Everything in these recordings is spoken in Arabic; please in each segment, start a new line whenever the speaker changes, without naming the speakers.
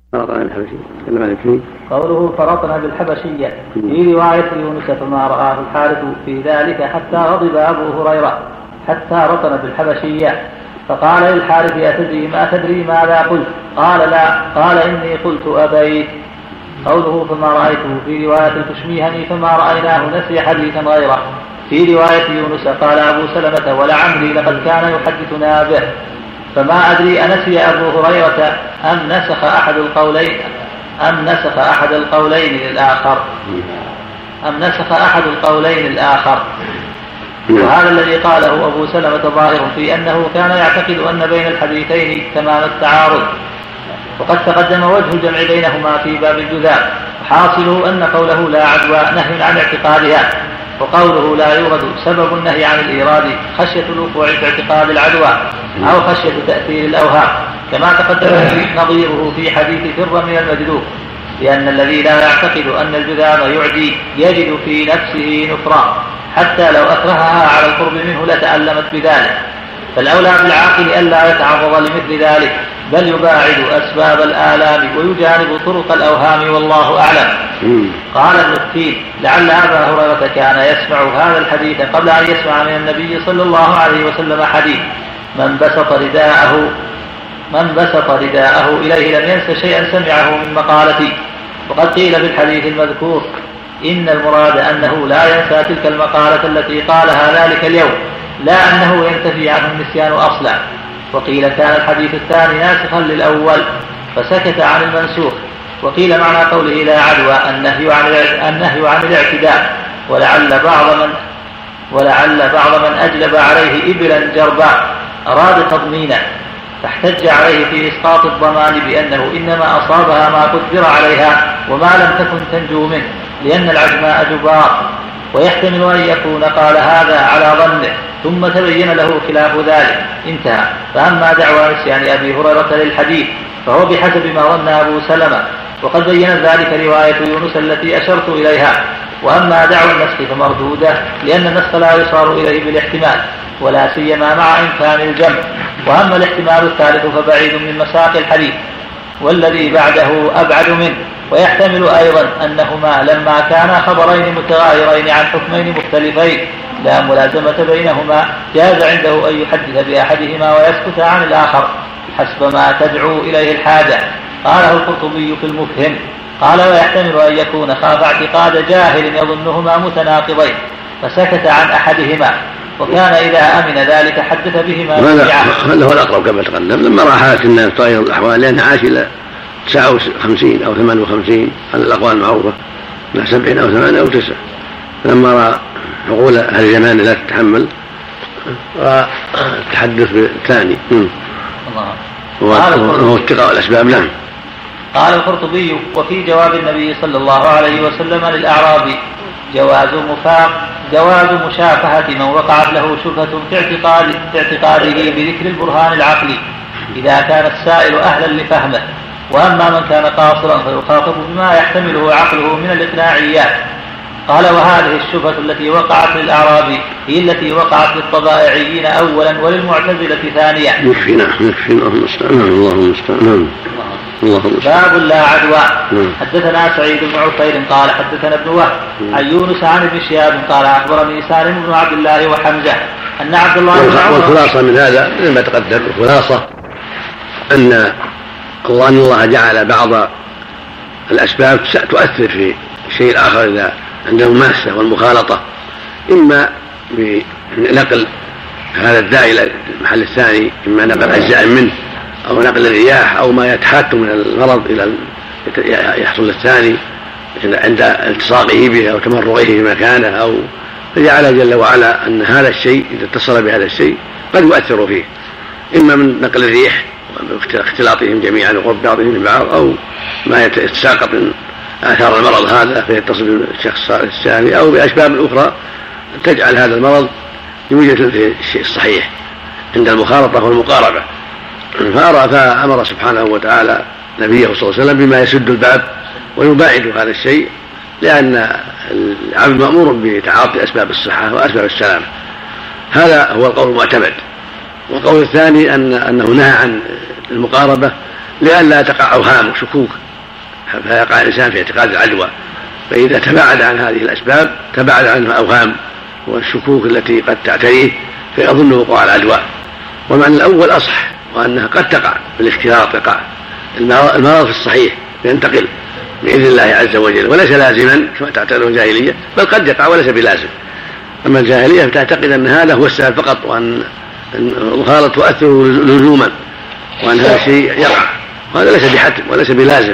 فرطنا بالحبشية تكلم عن الكريم.
قوله فرطنا بالحبشية في رواية يونس فما رآه الحارث في ذلك حتى غضب أبو هريرة حتى رطنا بالحبشية فقال للحارث أتدري ماذا قلت؟ قال لا. قال إني قلت أبيت. قوله فما رأيته في رواية الكشميهني فما رأيناه نسي حديثا غيره. في رواية يونس قال أبو سلمة ولعمري لقد كان يحدثنا به. فما أدري أنسي أبو هريرة أم نسخ أحد القولين الآخر وهذا الذي قاله أبو سلمة ظاهر في أنه كان يعتقد أن بين الحديثين تمام التعارض وقد تقدم وجه الجمع بينهما في باب الجذام وحاصله أن قوله لا عدوى نهي عن اعتقادها وقوله لا يورد سبب النهي عن الإيراد خشية الوقوع في اعتقاد العدوى أو خشية تأثير الأوهام كما تقدم نظيره في حديث فر من المجذوب لأن الذي لا يعتقد أن الجذام يعدي يجد في نفسه نفرا حتى لو أكرهها على القرب منه لتألمت بذلك فالأولى بالعاقل ألا يتعرض لمثل ذلك بل يباعد أسباب الآلام ويجانب طرق الأوهام والله أعلم. قال ابن التين لعل أبا هريرة كان يسمع هذا الحديث قبل أن يسمع من النبي صلى الله عليه وسلم حديث من بسط رداءه إليه لم ينس شيئا سمعه من مقالتي. وقد قيل في الحديث المذكور إن المراد أنه لا ينسى تلك المقالة التي قالها ذلك اليوم لا أنه ينتفي عنه النسيان أصلا. وقيل كان الحديث الثاني ناسخا للأول فسكت عن المنسوخ. وقيل معنى قوله لا عدوى النهي عن الاعتداء ولعل بعض من أجلب عليه إبلا جربا أراد تضمينه فاحتج عليه في إسقاط الضمان بأنه إنما أصابها ما قدر عليها وما لم تكن تنجو منه لأن العجماء جبار ويحتمل أن يكون قال هذا على ظنه ثم تبين له خلاف ذلك انتهى. فأما دعوى نسيان أبي هريرة للحديث فهو بحسب ما ظن أبو سلمة وقد بينت ذلك رواية يونس التي أشرت إليها. وأما دعوى النسخ فمردودة لأن النسخ لا يصار إليه بالاحتمال ولا سيما مع إمكان الجمع. وأما الاحتمال الثالث فبعيد من مساق الحديث والذي بعده أبعد منه. ويحتمل أيضا أنهما لما كانا خبرين متغايرين عن حكمين مختلفين لا ملازمة بينهما جاز عنده أن يحدث بأحدهما ويسكت عن الآخر حسب ما تدعو إليه الحاجة. قاله القرطبي في المفهم. قال ويحتمل أن يكون خاف اعتقاد جاهل يظنهما متناقضين فسكت عن أحدهما وكان إذا أمن ذلك حدث بهما جميعا.
هذا هو الأقرب كما تقدم لما رأى حالة الناس طائر الأحوال لأنها عاش إلى 59 أو 58 على الأقوال المعروفة لا 70 أو 8 أو 9 لما رأى عقول أهل الزمان لا تتحمل والتحدث بالثاني وهو اتقاء الأسباب. نعم.
قال القرطبي وفي جواب النبي صلى الله عليه وسلم للأعرابي جواز مشافهة من وقعت له شبهة في اعتقاده بذكر البرهان العقلي إذا كان السائل أهلا لفهمه. وأما من كان قاصرا فيخاطب بما يحتمله عقله من الإقناعيات. قال وهذه الشبهة التي وقعت للأعرابي هي التي وقعت للطبائعيين أولا وللمعتزلة ثانيا.
يكفي اللهم استعان.
باب لا عدوى. حدثنا سعيد بن عفير قال حدثنا ابن وهب عن يونس عن ابن شهاب قال أخبرني سالم بن عبد الله وحمزة أن عبد الله بن عمر.
والخلاصة من هذا لما تقدم الخلاصة أن الله جعل بعض الأسباب تؤثر في الشيء الآخر إذا عنده ماسة والمخالطة إما بنقل هذا الداء إلى المحل الثاني إما نقل أجزاء منه أو نقل الرياح أو ما يتحاك من المرض إلى يحصل الثاني عند التصاقه به أو تمرغه في مكانه أو فجعل جل وعلا أن هذا الشيء إذا اتصل بهذا الشيء قد يؤثر فيه إما من نقل الريح واختلاطهم جميعا وقرب بعضهم البعض أو ما يتساقط من آثار المرض هذا فيتصل بالشخص الثاني أو بأسباب أخرى تجعل هذا المرض يوجد في الشيء الصحيح عند المخالطة والمقاربة. فأمر سبحانه وتعالى نبيه صلى الله عليه وسلم بما يسد الباب ويباعد هذا الشيء لأن العبد مأمور بتعاطي أسباب الصحة وأسباب السلامة. هذا هو القول المعتمد. والقول الثاني أنه نهى عن المقاربة لئلا تقع أوهام وشكوك فيقع الإنسان في اعتقاد العدوى. فإذا تباعد عن هذه الأسباب تباعد عنه أوهام والشكوك التي قد تعتريه فيظن وقوع العدوى. ومعنى الأول أصح، وأنها قد تقع بالاختيار، تقع المرض في الصحيح ينتقل بإذن الله عز وجل، وليس لازما كما تعتقد الجاهلية، بل قد يقع وليس بلازم. أما الجاهلية فتعتقد أن هذا هو السبب فقط، وأن الغالط تؤثر لزوما، وأن هذا الشيء يقع، وهذا ليس بحتم وليس بلازم.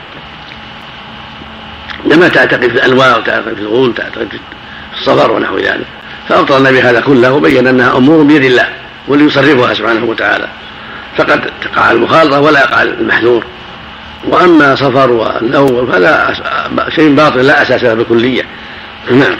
لما تعتقد في الأنواع وتعتقد في الغول، تعتقد في الصبر ونحو ذلك. فأبطل النبي هذا كله وبين أنها أمور بيد الله واللي يصرفها سبحانه وتعالى، فقد تقع المخالطة ولا يقع المحذور. وأما صفر والنوم فهذا شيء باطل لا أساس له بالكلية. نعم.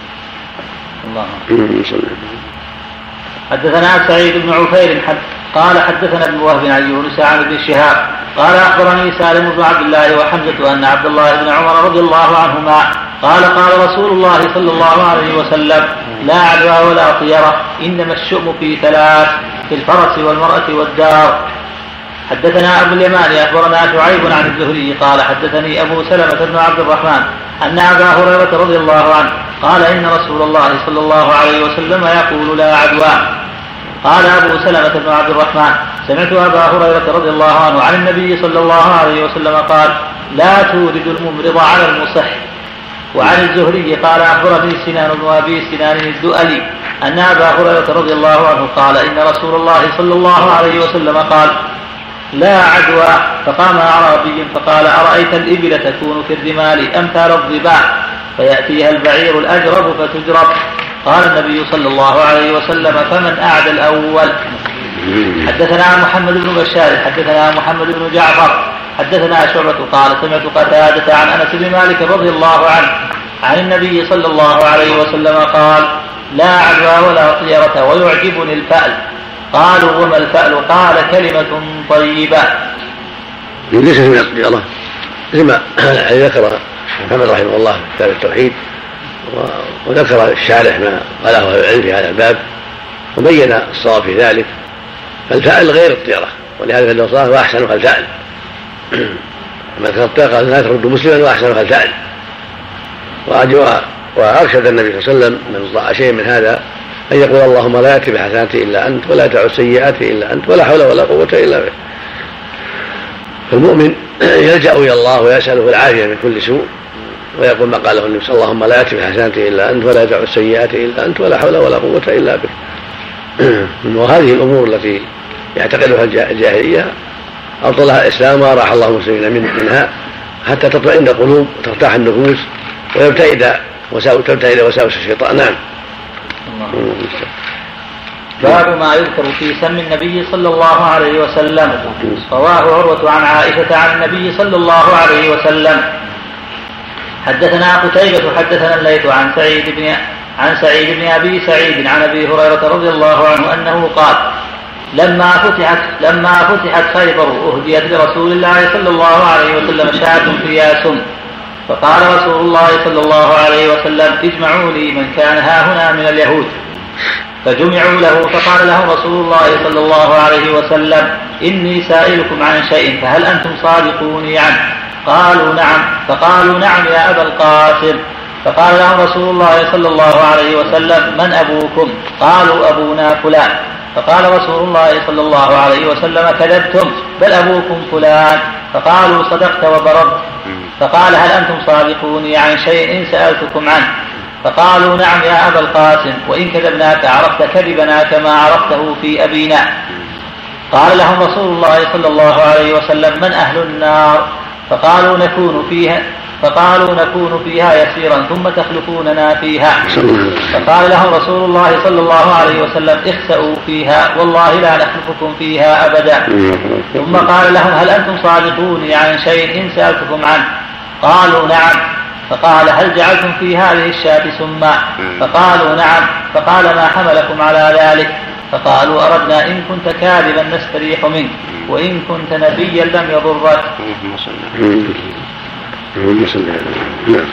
حدثنا سعيد بن عفير قال حدثنا ابن وهب عن يونس عن ابن شهاب قال أخبرني سالم بن عبد الله وحمزة أن عبد الله بن عمر رضي الله عنهما قال قال رسول الله صلى الله عليه وسلم لا عدوى ولا طيرة، إنما الشؤم في ثلاث: في الفرس والمرأة والدار. حدثنا أبو اليمان أخبرنا شعيب عن الزهري قال حدثني أبو سلمة بن عبد الرحمن أن أبا هريرة رضي الله عنه قال إن رسول الله صلى الله عليه وسلم يقول لا عدوى. قال أبو سلمة بن عبد الرحمن سمعت أبا هريرة رضي الله عنه عن النبي صلى الله عليه وسلم قال لا تورد الممرض على المصح. وعن الزهري قال أخبرني سنان بن أبي سنان الدؤلي أن أبا هريرة رضي الله عنه قال إن رسول الله صلى الله عليه وسلم قال لا عدوى. فقام أعرابي فقال أرأيت الإبل تكون في الرمال أمثال الضباع فيأتيها البعير الأجرب فتجرب؟ قال النبي صلى الله عليه وسلم فمن أعدى الأول. حدثنا محمد بن بشار حدثنا محمد بن جعفر حدثنا شعبة قال سمعت قتادة عن أنس بن مالك رضي الله عنه عن النبي صلى الله عليه وسلم قال لا عدوى ولا طيرة ويعجبني الفأل. قالوا وما الفأل؟ قال كلمة طيبة.
ليست من الطيرة لما ذكر محمد رحمه الله في كتاب التوحيد، وذكر الشارح ما قاله أهل العلم في هذا الباب وبين الصواب في ذلك. فالفأل غير الطيرة، ولهذا في الوصاة وأحسنها الفأل. ما كان الطيرة قال لا ترد مسلما وأحسنها الفأل. وأرشد النبي صلى الله عليه وسلم من استطاع شيء من هذا أن يقول اللهم لا يأتي بحسناته إلا أنت ولا تعد سيئاته إلا أنت ولا حول ولا قوة إلا بك. فالمؤمن يلجأ إلى الله ويسأله العافية من كل سوء، ويقول ما قاله النبي صلى الله عليه وسلم اللهم لا يأتي بحسناته إلا أنت ولا تعد سيئاته إلا أنت ولا حول ولا قوة إلا بك. وهذه الأمور التي يعتقدها الجاهلية أبطلها الإسلام وراح الله المسلمين منها حتى تطمئن القلوب وترتاح النفوس وتبتعد وساوس الشيطان. نعم.
باب ما يذكر في سم النبي صلى الله عليه وسلم. رواه عروة عن عائشة عن النبي صلى الله عليه وسلم. حدثنا قتيبة حدثنا الليث عن سعيد بن أبي سعيد عن أبي هريرة رضي الله عنه أنه قال لما فتحت خيبر أهديت لرسول الله صلى الله عليه وسلم شاة فيها سم، فقال رسول الله صلى الله عليه وسلم اجمعوا لي من كان هاهنا من اليهود، فجمعوا له. فقال لهم رسول الله صلى الله عليه وسلم إني سائلكم عن شيء فهل أنتم صادقوني عنه؟ قالوا نعم. فقالوا نعم يا أبا القاسم. فقال لهم رسول الله صلى الله عليه وسلم من أبوكم؟ قالوا أبونا فلان. فقال رسول الله صلى الله عليه وسلم كذبتم بل أبوكم فلان. فقالوا صدقت وبررت. فقال هل أنتم صادقوني عن شيء إن سألتكم عنه؟ فقالوا نعم يا أبا القاسم وإن كذبناك عرفت كذبنا كما عرفته في أبينا. قال لهم رسول الله صلى الله عليه وسلم من أهل النار؟ فقالوا نكون فيها يسيرا ثم تخلفوننا فيها. فقال لهم رسول الله صلى الله عليه وسلم اخسأوا فيها والله لا نخلفكم فيها أبدا. ثم قال لهم هل أنتم صادقوني عن شيء إن سألتكم عنه؟ قالوا نعم. فقال هل جعلتم في هذه الشاة سما؟ فقالوا نعم. فقال ما حملكم على ذلك؟ فقالوا أردنا إن كنت كاذبا نستريح منك وإن كنت نبيا لم يضرك.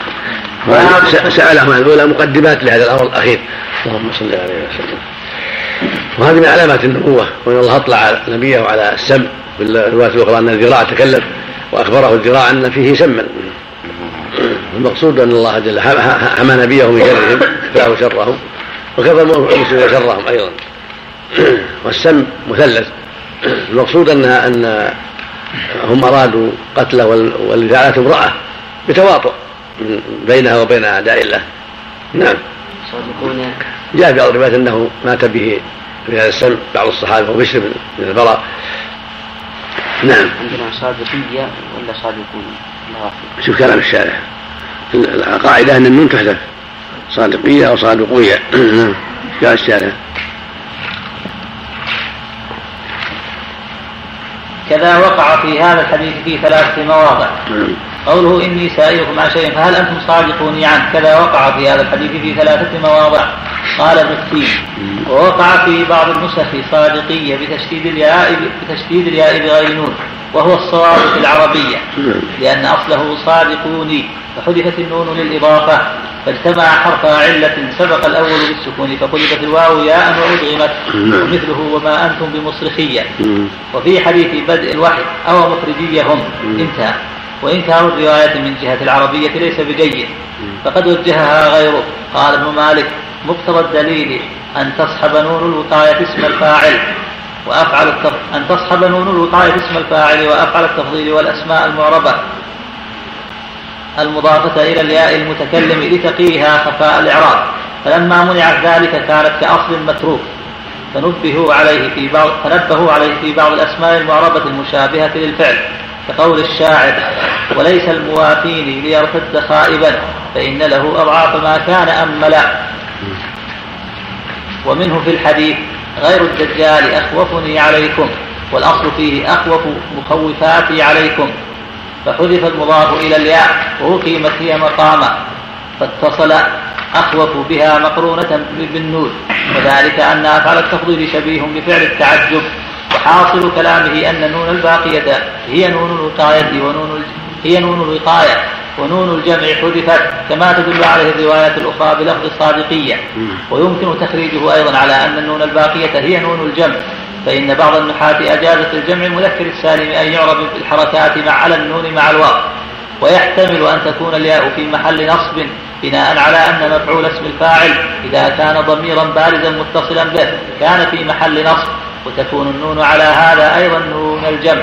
سألهم الأولى مقدمات لهذا الأمر الأخير. اللهم صل عليه وسلم. وهذه من علامات النبوة، وأن الله أطلع نبيه على السم. في الرواية الأخرى أن الذراع تكلم وأخبره الذراع أن فيه سما. المقصود أن الله جل حمى نبيه من شرهم كفاه شرهم وكفى المسلمين شرهم أيضا. والسم مثلث. المقصود أن هم أرادوا قتله والذي فعلته امرأة بتواطؤ بينها وبين أعداء الله. نعم. جاء في بعض الروايات أنه مات به في هذا السم بعض الصحابة وبشر من البراء. نعم.
عندنا صادقية ولا صادقون؟
شوف كلام الشارح، القاعدة أن النون تحذف، صادقية أو صادقية. قال الشارح
كذا وقع في هذا الحديث في 3 مواضع. قوله إني سائلكم عن شيء فهل أنتم صادقوني عنه، كذا وقع في هذا الحديث في 3 مواضع. قال ابن السين ووقع في بعض النسخ صادقية بتشديد الياء بغير نون، وهو الصواب في العربية لأن أصله صادقوني فحذفت النون للإضافة فاجتمع حرف علة سبق الأول بالسكون فقلبت الواو ياء وأدغمت، ومثله وما أنتم بمصرخية. وفي حديث بدء الوحي أو مخرجيهم انتهى. وإنكار الرواية من جهة العربية ليس بجيد فقد وجهها غيره. قال ابن مالك مقتضى الدليل أن تصحب نون الوقاية اسم الفاعل وأفعل التفضيل والأسماء المعربة المضافة إلى الياء المتكلم لتقيها خفاء الإعراب، فلما منعت ذلك كانت كأصل متروك فنبهوا عليه في بعض الأسماء المعربة المشابهة للفعل كقول الشاعر وليس الموافين ليرتد خائبا فإن له أضعاف ما كان أملا. ومنه في الحديث غير الدجال أخوفني عليكم، والأصل فيه أخوف مخوفاتي عليكم، فحذف المضاف إلى الياء وأقيمت هي مقامة فاتصل أخوف بها مقرونة بالنون، وذلك أن أفعل التفضيل شبيه بفعل التعجب. وحاصل كلامه أن نون الباقية هي نون الوقاية ونون الجمع حذفت كما تدل عليه الروايات الأخرى بلفظ الصادقية. ويمكن تخريجه أيضا على أن النون الباقية هي نون الجمع، فإن بعض النحاة أجازت الجمع المذكر السالم أن يعرب بالحركات على النون مع الواو، ويحتمل أن تكون الياء في محل نصب بناء على أن مفعول اسم الفاعل إذا كان ضميرا بارزا متصلا به كان في محل نصب، وتكون النون على هذا أيضا نون الجمع.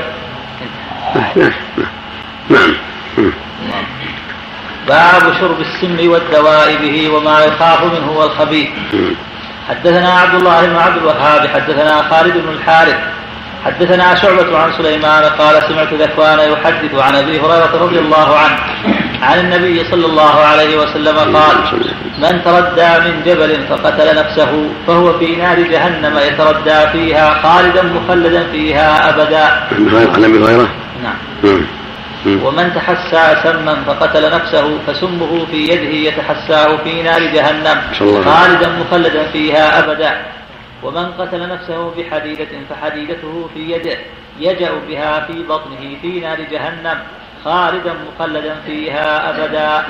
باب شرب السم والدواء به وما يخاف منه والخبيث. حدثنا عبد الله بن عبد الوهاب حدثنا خالد بن الحارث حدثنا شعبة عن سليمان قال سمعت ذكوان يحدث عن أبي هريرة رضي الله عنه عن النبي صلى الله عليه وسلم قال من تردى من جبل فقتل نفسه فهو في نار جهنم يتردى فيها خالدا مخلدا فيها أبدا.
عن أبي هريرة.
نعم. ومن تحسى سما فقتل نفسه فسمه في يده يتحساه في نار جهنم خالدا مخلدا فيها أبدا. ومن قتل نفسه بحديدة فحديدته في يده يجأ بها في بطنه في نار جهنم خالدا مخلدا فيها أبدا.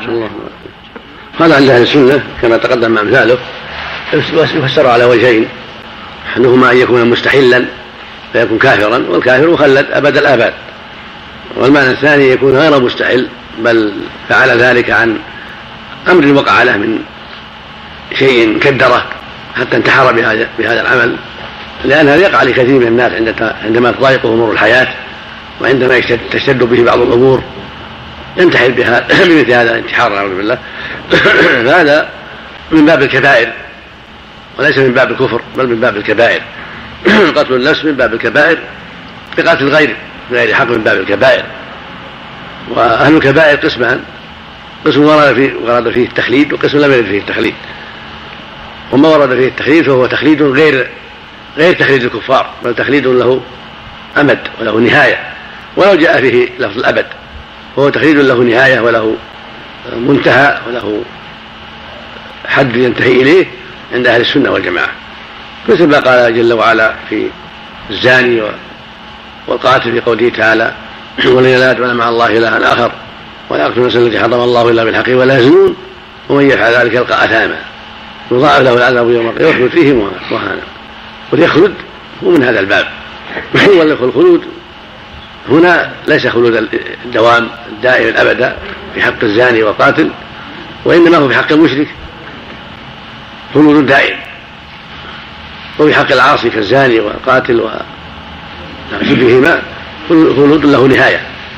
قال عند أهل السنة كما تقدم أمثاله يفسر على وجهين، أحدهما أن يكون مستحلا فيكون كافرا والكافر مخلد أبد الآباد، والمعنى الثاني يكون غير مستحل بل فعل ذلك عن أمر وقع له من شيء كدره حتى انتحر بهذا العمل، لأن هذا يقع لكثير من الناس عندما تضايقه أمور الحياة وعندما تشتد به بعض الأمور ينتحر بمثل هذا الانتحار نعوذ بالله. هذا من باب الكبائر وليس من باب الكفر بل من باب الكبائر. قتل النفس من باب الكبائر بقتل غير حق من باب الكبائر. وأهل الكبائر قسمان، قسم ورد فيه التخليد وقسم لم يرد فيه التخليد. وما ورد فيه التخليد فهو تخليد غير تخليد الكفار بل تخليد له أمد وله نهاية، ولو جاء فيه لفظ الأبد فهو تخليد له نهاية وله منتهى وله حد ينتهي إليه عند أهل السنة والجماعة، مثل ما قال جل وعلا في الزاني والقاتل في قوله تعالى والذين لا يدعون مع الله إلها آخر ولا يقتلون النفس التي حرم الله إلا بالحق ولا يزنون ومن يفعل ذلك يلقى أثاما يضاعف له العذاب يوم القيامة ويخلد فيه مهانا. واليخلد هو من هذا الباب. والخلود هنا ليس خلود الدوام الدائم الأبد في حق الزاني والقاتل، وإنما هو في حق المشرك خلود دائم، وفي حق العاصي كالزاني والقاتل وشبههما خلود له نهاية.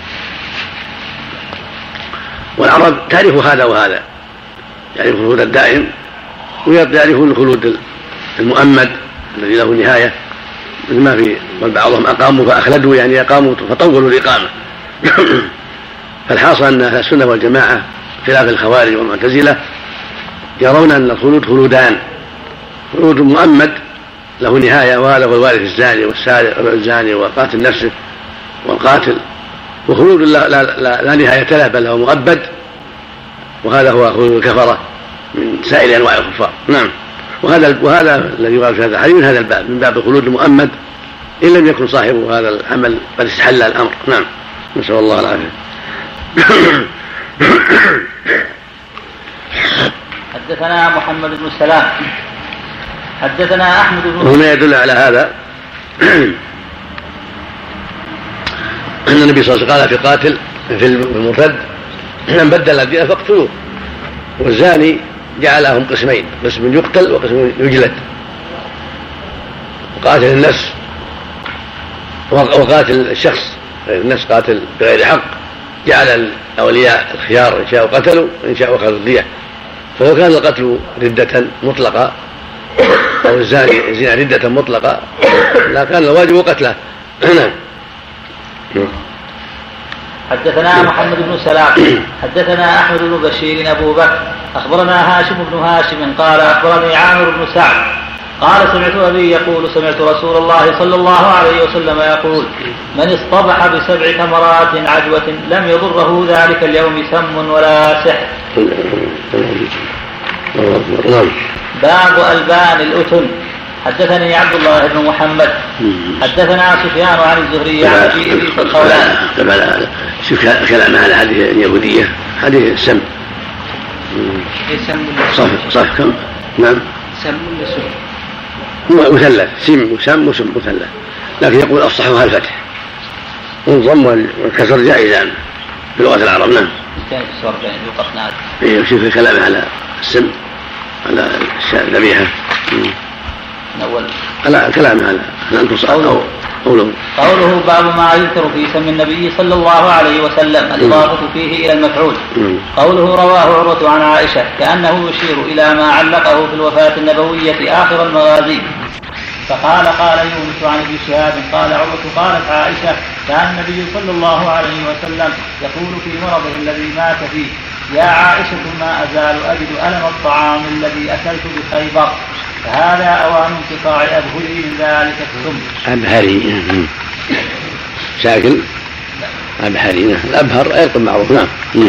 والعرب تعرف هذا وهذا، يعرف الخلود الدائم ويعرفون الخلود المؤمد الذي له نهاية، مثل ما في بعضهم أقاموا فأخلدوا، يعني أقاموا فطولوا الإقامة. فالحاصل أن أهل السنة والجماعة خلاف الخوارج والمعتزلة يرون أن الخلود خلودان: خلود مؤمد له نهاية، وهذا هو الوارث الزاني والسارق الزاني وقاتل نفسه والقاتل، وخلود لا نهاية له بل هو مؤبد، وهذا هو خلود الكفرة من سائر أنواع الكفار. نعم. وهذا الذي يقال في هذا الحديث من هذا الباب، من باب الخلود المؤمد إن لم يكن صاحب هذا العمل قد استحل الأمر. نعم، نسأل الله العافية.
حدثنا محمد بن سلام حدثنا أحمد بن
هنا يدل على هذا أن النبي صلى الله عليه وسلم قال في قاتل في المرتد: من بدل الدين فاقتلوه. والزاني جعلهم قسمين: قسم يقتل وقسم يجلد. وقاتل النفس وقاتل الشخص النفس قاتل بغير حق جعل الأولياء الخيار: إن شاءوا قتلوا وإن شاءوا أخذوا الدية. فلو كان القتل ردة مطلقة أو الزنا ردة مطلقة لا كان الواجب قتله.
حدثنا محمد بن سلام حدثنا أحمد بن بشير أبو بكر أخبرنا هاشم بن هاشم قال أخبرني عامر بن سعد قال سمعت أبي يقول: سمعت رسول الله صلى الله عليه وسلم يقول: من اصطبح ب7 تمرات عجوة لم يضره ذلك اليوم سم ولا سحر. باب ألبان الأتن. حدثني عبد الله بن محمد حدثنا سفيان عن الزهري عن أبي إدريس الخولاني.
شوف كلام على هذه اليهودية، هذه السم صف كم؟ نعم،
سم ولا
مثلث، سم وسم وسم مثلث، لكن يقول أفصحها الفتح، والضم والكسر جائزان في لغة العرب. نعم. شوف الكلام على السم على الذبيحة لا كلام على أن تصح
قوله باب ما يذكر في سم النبي صلى الله عليه وسلم الإضافة فيه إلى المفعول. قوله رواه عروة عن عائشة كأنه يشير إلى ما علقه في الوفاة النبوية آخر المغازي. فقال يونس عن ابن شهاب قال عروة قالت عائشة: كان النبي صلى الله عليه وسلم يقول في مرضه الذي مات فيه: يا عائشة ما أزال أجد ألم الطعام الذي أكلت بخيبر، فهذا أوان انقطاع أبهري من ذلك السم.
أبهري شاكل أبهري الأبهر أيضا معروف. نعم.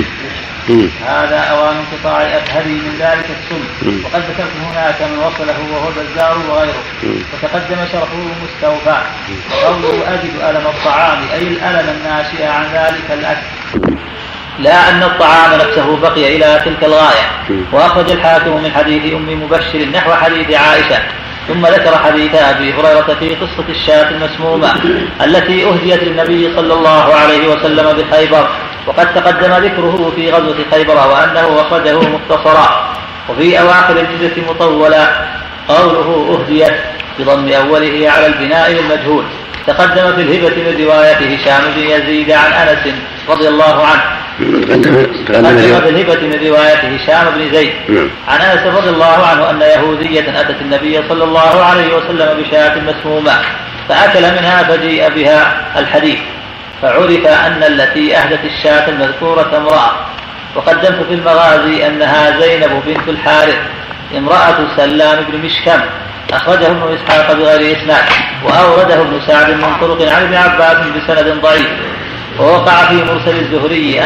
هذا أوان انقطاع أبهري من ذلك السم. وقد ذكرت هناك من وصله وهو البزار وغيره، وتقدم شرحه مستوفى. قوله أجد ألم الطعام أي الألم الناشئ عن ذلك الأكل، لا أن الطعام نفسه بقي إلى تلك الغاية. وأخرج الحاكم من حديث أم مبشر نحو حديث عائشة، ثم ذكر حديث أبي هريرة في قصة الشاة المسمومة التي أهديت للنبي صلى الله عليه وسلم بخيبر، وقد تقدم ذكره في غزوة خيبر وأنه أخرجه مختصرا. وفي أواخر الجزء مطولا قوله أهديت بضم أوله على البناء للمجهول. تقدم في الهبة من رواية هشام بن يزيد عن أنس رضي الله عنه. تقدم في الهبة من رواية هشام بن زيد عن أنس رضي الله عنه أن يهودية أتت النبي صلى الله عليه وسلم بشاة مسمومة فأكل منها فجيء بها الحديث، فعرف أن التي أهدت الشاة المذكورة امرأة. وقدمت في المغازي أنها زينب بنت الحارث امرأة سلام بن مشكم. أخرجه ابن إسحاق بغير إسناد، وأورده ابن سعد من طرق عن ابن عباس بسند ضعيف. ووقع في مرسل الزهري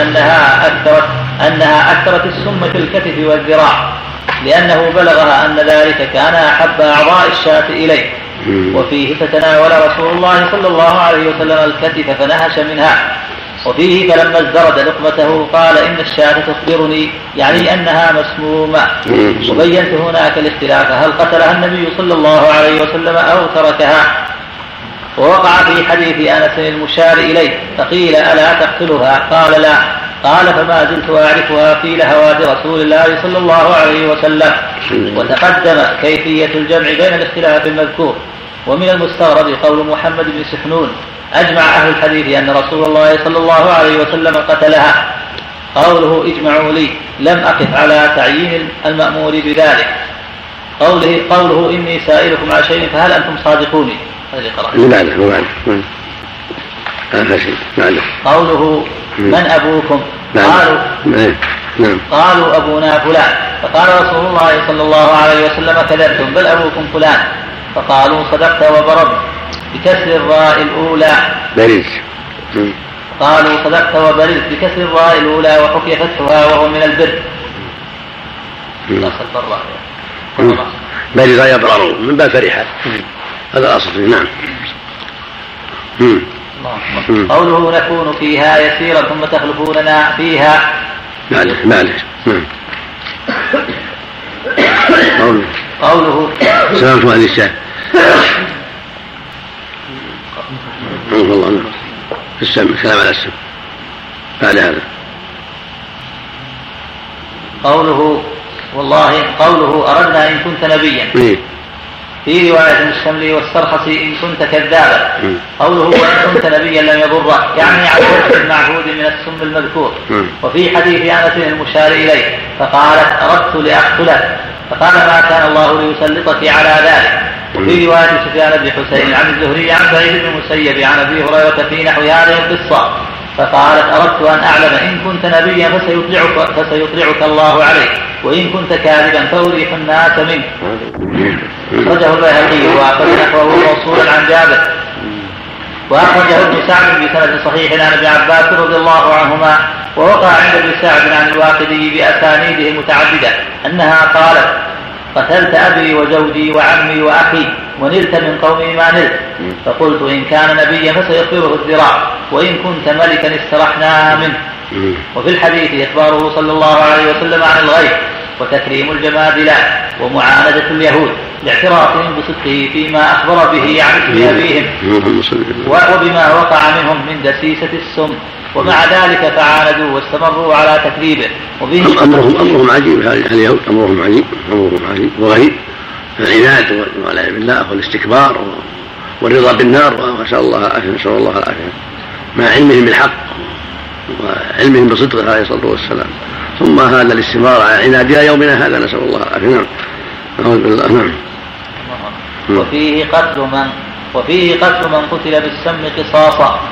أنها أكثرت السم في الكتف والذراع، لأنه بلغها أن ذلك كان أحب أعضاء الشاة إليه. وفيه فتناول رسول الله صلى الله عليه وسلم الكتف فنهش منها وفيه فلما ازدرد لقمته قال إن الشاة تخبرني، يعني أنها مسمومة. وبينت هناك الاختلاف هل قتلها النبي صلى الله عليه وسلم أو تركها. ووقع في حديث أنس المشار إليه فقيل ألا تقتلها؟ قال لا. قال فما زلت أعرفها في لهوات رسول الله صلى الله عليه وسلم. وتقدم كيفية الجمع بين الاختلاف المذكور. ومن المستغرب قول محمد بن سحنون أجمع أهل الحديث أن رسول الله صلى الله عليه وسلم قتلها. قوله اجمعوا لي لم أقف على تعيين المأمور بذلك. قوله إني سائلكم عن شيء فهل أنتم صادقوني؟ قوله من أبوكم؟ قالوا أبونا فلان. فقال رسول الله صلى الله عليه وسلم كذبتم بل أبوكم فلان. فقالوا صدقت وبررت بكسر الراء الأولى. قالوا صدقت وبررت بكسر الراء الأولى وحكي فتحها وهو من البر.
برر يبرر من باب فرحة، هذا الأصل. نعم.
قوله نكون فيها يسيرا ثم تخلفوننا فيها.
معلش.
قوله
سلامة هذه الشاة. والله السم كلام على السم بعد هذا.
قوله أردنا إن كنت نبيا. في رواية الشملي والسرحسي إن كنت كذابا. قوله وإن كنت نبيا لم يضرك، يعني على وجه المعهود من السم المذكور. وفي حديث أنس المشار إليه فقالت أردت لأقتلك، فقال ما كان الله ليسلطك على ذلك. وفي رواية سفيان بن حسين عن الزهري عن سعيد بن المسيب عن أبي هريرة في نحو هذه القصة فقالت أردت أن أعلم إن كنت نبيا فسيطلعك الله عليه، وإن كنت كاذبا فأريح الناس منك. أخرجه البيهقي وأخرج نحوه موصولا عن جابر. وأخرجه ابن سعد بسند صحيح عن ابن عباس رضي الله عنهما. ووقع عند ابن سعد عن الواقدي بأسانيده المتعددة أنها قالت قتلت أبي وزوجي وعمي وأخي ونلت من قومي ما نلت. فقلت إن كان نبيا فسيخبره الذراع، وإن كنت ملكا استرحنا منه. وفي الحديث إخباره صلى الله عليه وسلم عن الغيب وتكريم الجمادلة ومعاندة اليهود لاعترافهم بصدقه فيما أخبر به عن اسم أبيهم وبما وقع منهم من دسيسة السم، ومع ذلك فعاندوا واستمروا على تكذيبه. وبه
أمرهم عجيب. اليهود أمرهم عجيب وغريب، العناد والعياذ بالله والاستكبار والرضا بالنار، ونسأل الله العافية مع علمهم بالحق وعلمهم بصدقه عليه الصلاة والسلام، ثم هذا الاستمرار على عنادها يومنا هذا، نسأل الله العافية. نعم. نعم.
وفيه قتل من قتل بالسم قصاصا.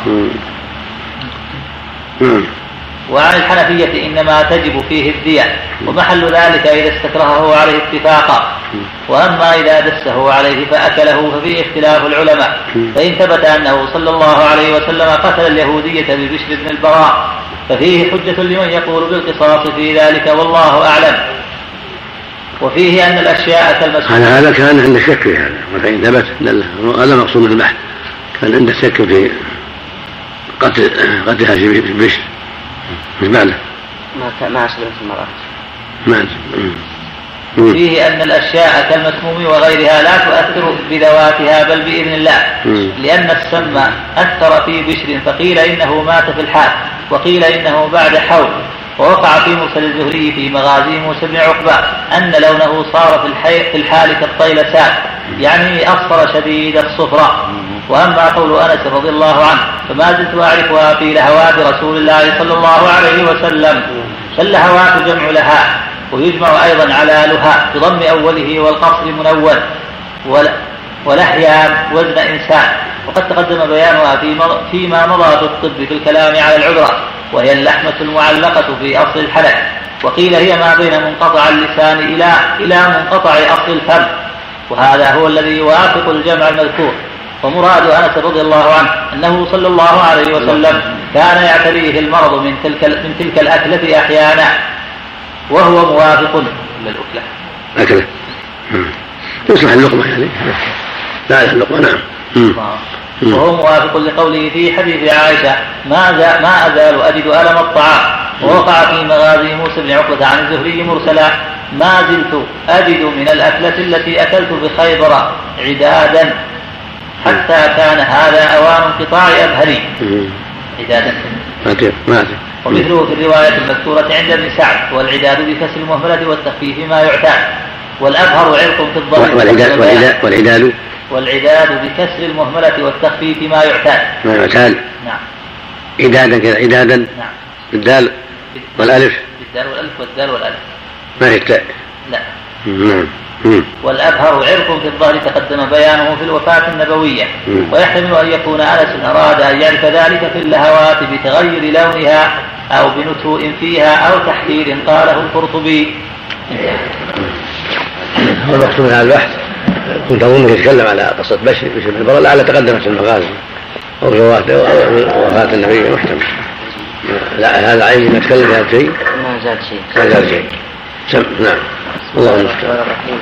وعن الحنفية إنما تجب فيه الدية، ومحل ذلك إذا استكرهه عليه اتفاقا، وأما إذا دسه عليه فأكله ففيه اختلاف العلماء. فإن ثبت أنه صلى الله عليه وسلم قتل اليهودية ببشر بن البراء ففيه حجة لمن يقول بالقصاص في ذلك، والله أعلم. وفيه أن الأشياء كالمسؤول
هذا كان عند شك في هذا، وفإن ثبت هذا مقصود من البحث، كان عند شك في قتلها في بشر مش معنى
ما أسلمت المرأة.
فيه أن الأشياء كالمسموم وغيرها لا تؤثر بذواتها بل بإذن الله، لأن السم أثر في بشر فقيل إنه مات في الحال وقيل إنه بعد حول. ووقع في مرسل الزهري في مغازي موسى بن عقبة أن لونه صار في الحال كالطيلسان، يعني أصفر شديد الصفرة. وأما قول أنس رضي الله عنه فما زلت أعرفها في لهوات رسول الله صلى الله عليه وسلم، فاللهوات جمع لها، ويجمع أيضا على لها بضم أوله والقصر منون، ولحيان وزن إنسان. وقد تقدم بيانها فيما مضى في الطب في الكلام على العذرة، وهي اللحمة المعلقة في أصل الحلق، وقيل هي ما بين منقطع اللسان إلى منقطع أصل الفم، وهذا هو الذي يوافق الجمع المذكور. ومراد أنس رضي الله عنه أنه صلى الله عليه وسلم كان يعتريه المرض من تلك الأكلة أحيانا، وهو موافق للأكلة.
أكلة تصلح اللقمة يعني، لا اللقمة. نعم.
وهو موافق لقوله في حديث عائشة ما أزال أجد ألم الطعام. ووقع في مغازي موسى بن عقبة عن الزهري مرسلا ما زلت أجد من الأكلة التي أكلت بخيبر عدادا حتى كان هذا أوان انقطاع أبهري. عدادا ومثله في الرواية المذكورة عند ابن سعد والعداد بكسر المهملة والتخفيف ما يعتاد والأبهر عرق في الضرب والعداد بكسر المهملة والتخفيف ما يعتاد.
نعم. عدادا كذا عدادا.
نعم.
بالدال والألف.
بالدال والألف والدال والألف.
ما هي التاء.
لا.
نعم.
والأبهر عرق في الظهر تقدم بيانه في الوفاة النبوية. ويحتمل أن يكون أنس أراد أن يعرف ذلك في اللهوات بتغير لونها أو بنتوء فيها أو تحرير قاله القرطبي.
هو المقصود من هذا البحث كنت أظنه يتكلم على قصة بشر بن البراء لعل تقدمت المغازي أو وفاة النبي محتمل. لا هذا عين يتكلم في هذا الشيء
ما زال شيء
نعم. الله المستعان.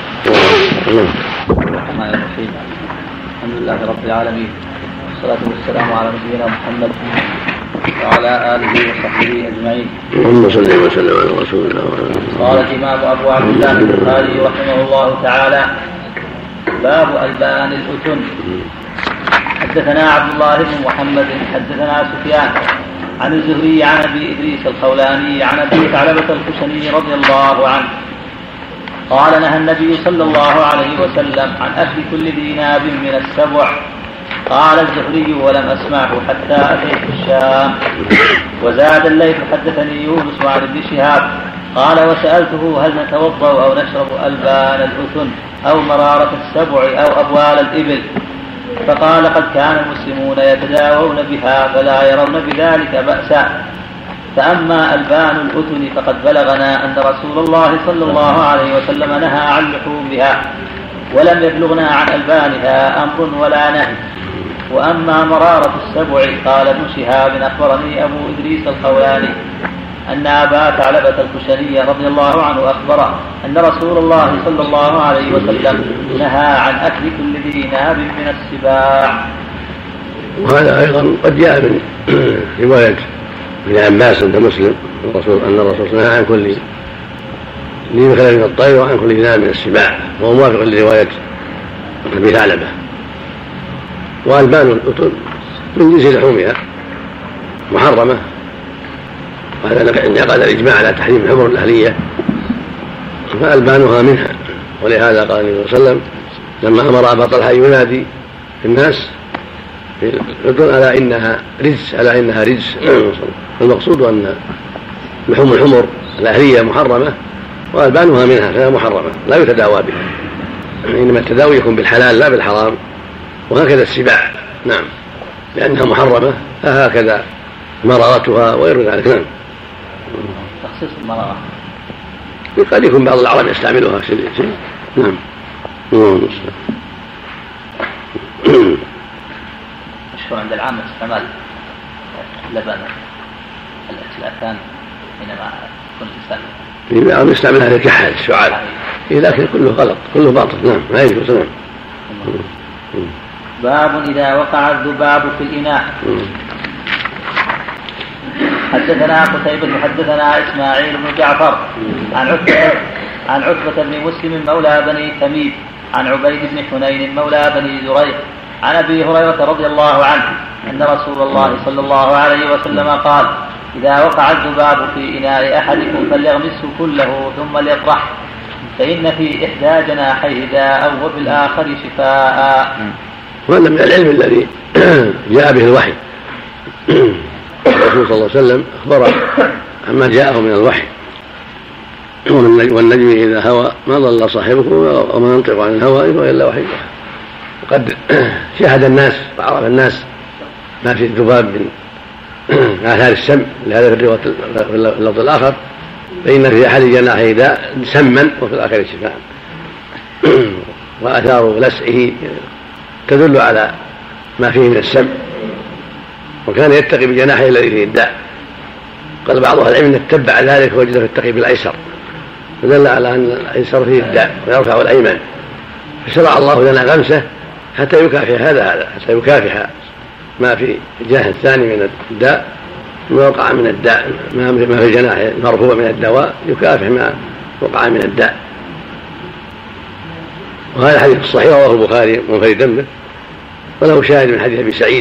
الرحمن الرحيم. الحمد لله رب العالمين والصلاة والسلام على نبينا محمد وعلى آله وصحبه أجمعين.
اللهم صل وسلم على رسول الله.
قال الإمام أبو عبد الله البخاري رحمه الله تعالى باب ألبان الأتن. حدثنا عبد الله بن محمد حدثنا سفيان عن الزهري عن أبي إدريس الخولاني عن أبي ثعلبة الخشني رضي الله عنه قال نهى النبي صلى الله عليه وسلم عن أكل كل ذي ناب من السبع. قال الزهري ولم أسمعه حتى أتيت الشام. وزاد الليث حدثني يونس عن ابن شهاب قال وسألته هل نتوضأ أو نشرب ألبان الأثن أو مرارة السبع أو أبوال الإبل فقال قد كان المسلمون يتداوون بها فلا يرون بذلك بأسا. فأما ألبان الأثن فقد بلغنا أن رسول الله صلى الله عليه وسلم نهى عن لحومها ولم يبلغنا عن ألبانها أمر ولا نهي. وأما مرارة السبع قال ابن شهاب أخبرني أبو إدريس الخولاني أن أبا ثعلبة الخشني رضي الله عنه أخبره أن رسول الله صلى الله عليه وسلم نهى عن أكل كل ذي ناب من السباع.
وهذا أيضا قد جاء من رواية ابن عباس عند مسلم أن الرسول نهى عن كل ذي مخلب من الطير وعن كل ذي ناب من السباع وهو موافق لرواية أبي ثعلبة. وألبان الأتن من جنس لحومها محرمة وهذا انعقد الإجماع على تحريم الحمر الأهلية فألبانها منها. ولهذا قال النبي صلى الله عليه وسلم لما أمر أبا طلحة ينادي في الناس في الأتن ألا إنها رجس المقصود أن لحوم الحمر الأهلية محرمة وألبانها منها فهي محرمة لا يتداوى بها إنما التداوي يكون بالحلال لا بالحرام. وهكذا السباع نعم لأنها محرمة فهكذا مرارتها وغير ذلك. نعم.
تخصيص المرارة
قد يكون بعض العرب يستعملها شيء. نعم.
مشهور عند العامة استعمال لبن الأكلاتان حينما يكون الإنسان
العرب يستعملها للكحل السعال لكن كله غلط كله باطل. نعم. ما يجوز. نعم.
باب إذا وقع الذباب في الإناء. حدثنا قتيبة حدثنا إسماعيل بن جعفر عن عتبة بن مسلم مولى بني تميم عن عبيد بن حنين مولى بني زريق عن أبي هريرة رضي الله عنه أن رسول الله صلى الله عليه وسلم قال إذا وقع الذباب في إناء أحدكم فليغمسه كله ثم ليطرح فإن في إحدى جناحيه داء وفي الآخر شفاء.
وهذا من العلم الذي جاء به الوحي. الرسول صلى الله عليه وسلم أخبر عما جاءه من الوحي والنجم إذا هوى ما ضل صاحبه وما ينطق عن الهوى إن هو إلا وحي. وقد شاهد الناس وعرف الناس ما في الذباب من آثار السم لهذا في اللفظ الآخر فإن في أحد جناحيه داء سما وفي الآخر شفاء. وآثار لسعه تدل على ما فيه من السم وكان يتقي بجناحه الذي فيه الداء. قال بعض أهل العلم اتبع ذلك ووجد يتقي بالأيسر فدل على أن الأيسر فيه الداء ويرفع الأيمن فشرع الله لنا غمسه حتى يكافح هذا حتى يكافح ما في الجناح الثاني من الداء ما وقع من الداء، ما في الجناح المرفوع من الدواء يكافح ما وقع من الداء. وهذا الحديث الصحيح رواه البخاري منفردا به، وله شاهد من حديث ابي سعيد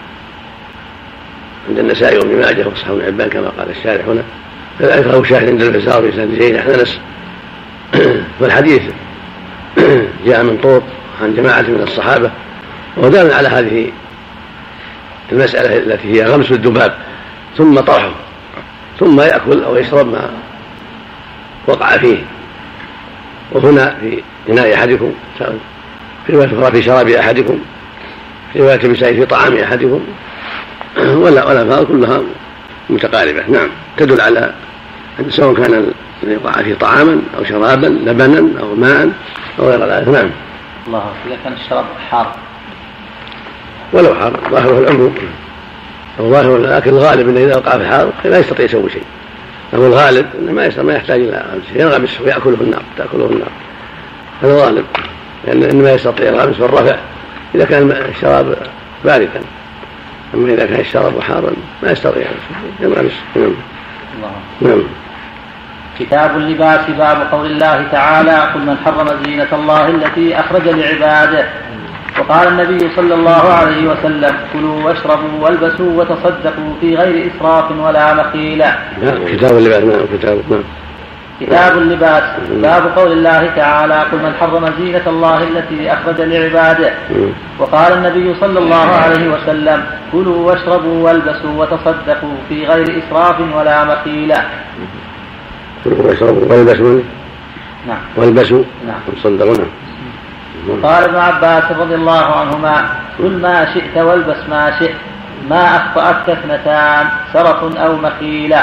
عند النسائي وابن ماجه وصححه ابن حبان كما قال الشارح هنا، كذلك له شاهد عند البزار في سند زيد عن انس. فالحديث جاء من طرق عن جماعه من الصحابه ودل على هذه المساله التي هي غمس الذباب ثم طرحه ثم ياكل او يشرب ما وقع فيه. وهنا في إناء أحدكم، في رواية أخرى في شراب أحدكم، في رواية ابن سعيد في طعام أحدكم، والألفاظ كلها متقاربة. نعم، تدل على أن سواء كان الذي وقع فيه طعاما أو شرابا لبنا أو ماء أو غير ذلك. نعم.
الله، إذا كان الشراب حار
ولو حار ظاهره الأمر أو ظاهره، لكن الغالب أنه إذا وقع في الحار لا يستطيع يسوي شيء. أو الغالب أنه ما يحتاج إلى شيء، ينغمس ويأكله النار، تأكله النار، هذا غالب، لأن إنما يستطيع الغمس والرفع إذا كان الشراب باردا، أما إذا كان الشراب حارا ما يستطيع ينغمس. نعم.
كتاب اللباس. باب قول الله تعالى: قل من حرم زينة الله التي أخرج لعباده. وقال النبي صلى الله عليه وسلم: كلوا واشربوا والبسوا وتصدقوا في غير إسراف ولا مخيلة.
كتاب اللباس.
كتاب اللباس. باب قول الله تعالى: قل من حرم زينة الله التي أخرج لعباده. وقال النبي صلى الله عليه وسلم: كلوا واشربوا والبسوا وتصدقوا في غير إسراف ولا مخيلة.
كلوا واشربوا والبسوا.
نعم.
والبسوا. نعم. وتصدقوا.
وقال ابن عباس رضي الله عنهما: كل ما شئت والبس ما شئت، ما أخطأتك اثنتان، سرف أو مخيلة.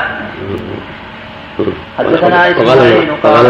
حدثنا إسماعيل
وقال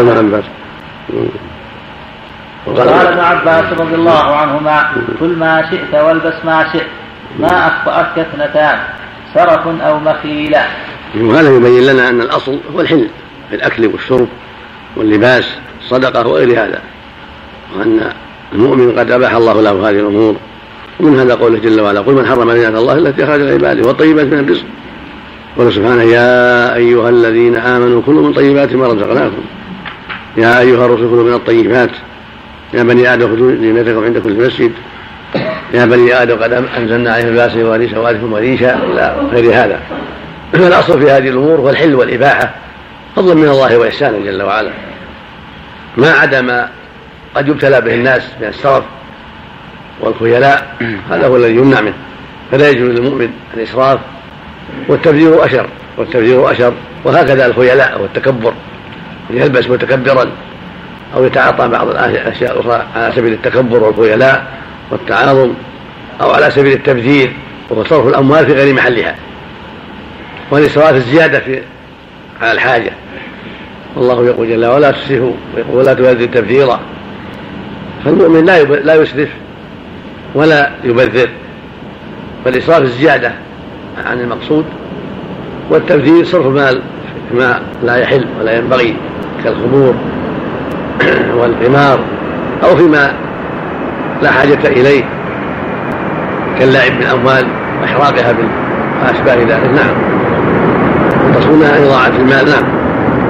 ابن عباس رضي الله عنهما: كل ما شئت والبس ما شئت، ما أخطأتك اثنتان، سرف أو مخيلة.
وهذا يبين لنا أن الأصل هو الحل في الأكل والشرب واللباس، الصدقة وغير هذا، وأن المؤمن قد أباح الله له هذه الأمور. ومن هذا قوله جل وعلا: قل من حرم زينة الله التي أخرج لعباده والطيبات من الرزق. قال سبحانه: يا أيها الذين آمنوا كلوا من طيبات ما رزقناكم، يا أيها الرسل كلوا من الطيبات، يا بني آدم خذوا زينتكم عند كل مسجد، يا بني آدم قد أنزلنا عليهم لباسا يواري سواتكم وريشا، إلى غير هذا. فالأصل في هذه الأمور هو الحل والإباحة، فضلا من الله وإحسانه جل وعلا، ما عدا ما قد يبتلى به الناس من السرف والخيلاء، هذا هو الذي يمنع منه. فلا يجوز للمؤمن الإسراف، والتبذير أشر. وهكذا الخيلاء والتكبر، يلبس متكبرا أو يتعاطى بعض الأشياء الأخرى على سبيل التكبر والخيلاء والتعاظم، أو على سبيل التبذير وهو صرف الأموال في غير محلها، والإسراف الزيادة على الحاجة. والله يقول جل ولا تسرفوا ولا تبذر تبذيرا. فالمؤمن لا يسرف ولا يبذر، فالإسراف الزيادة عن المقصود، والتبذير صرف المال فيما لا يحل ولا ينبغي كالخمور والقمار، أو فيما لا حاجة إليه كاللعب بالأموال وإحراقها بأشباه ذلك. نعم، تصونها إضاعة المال. نعم.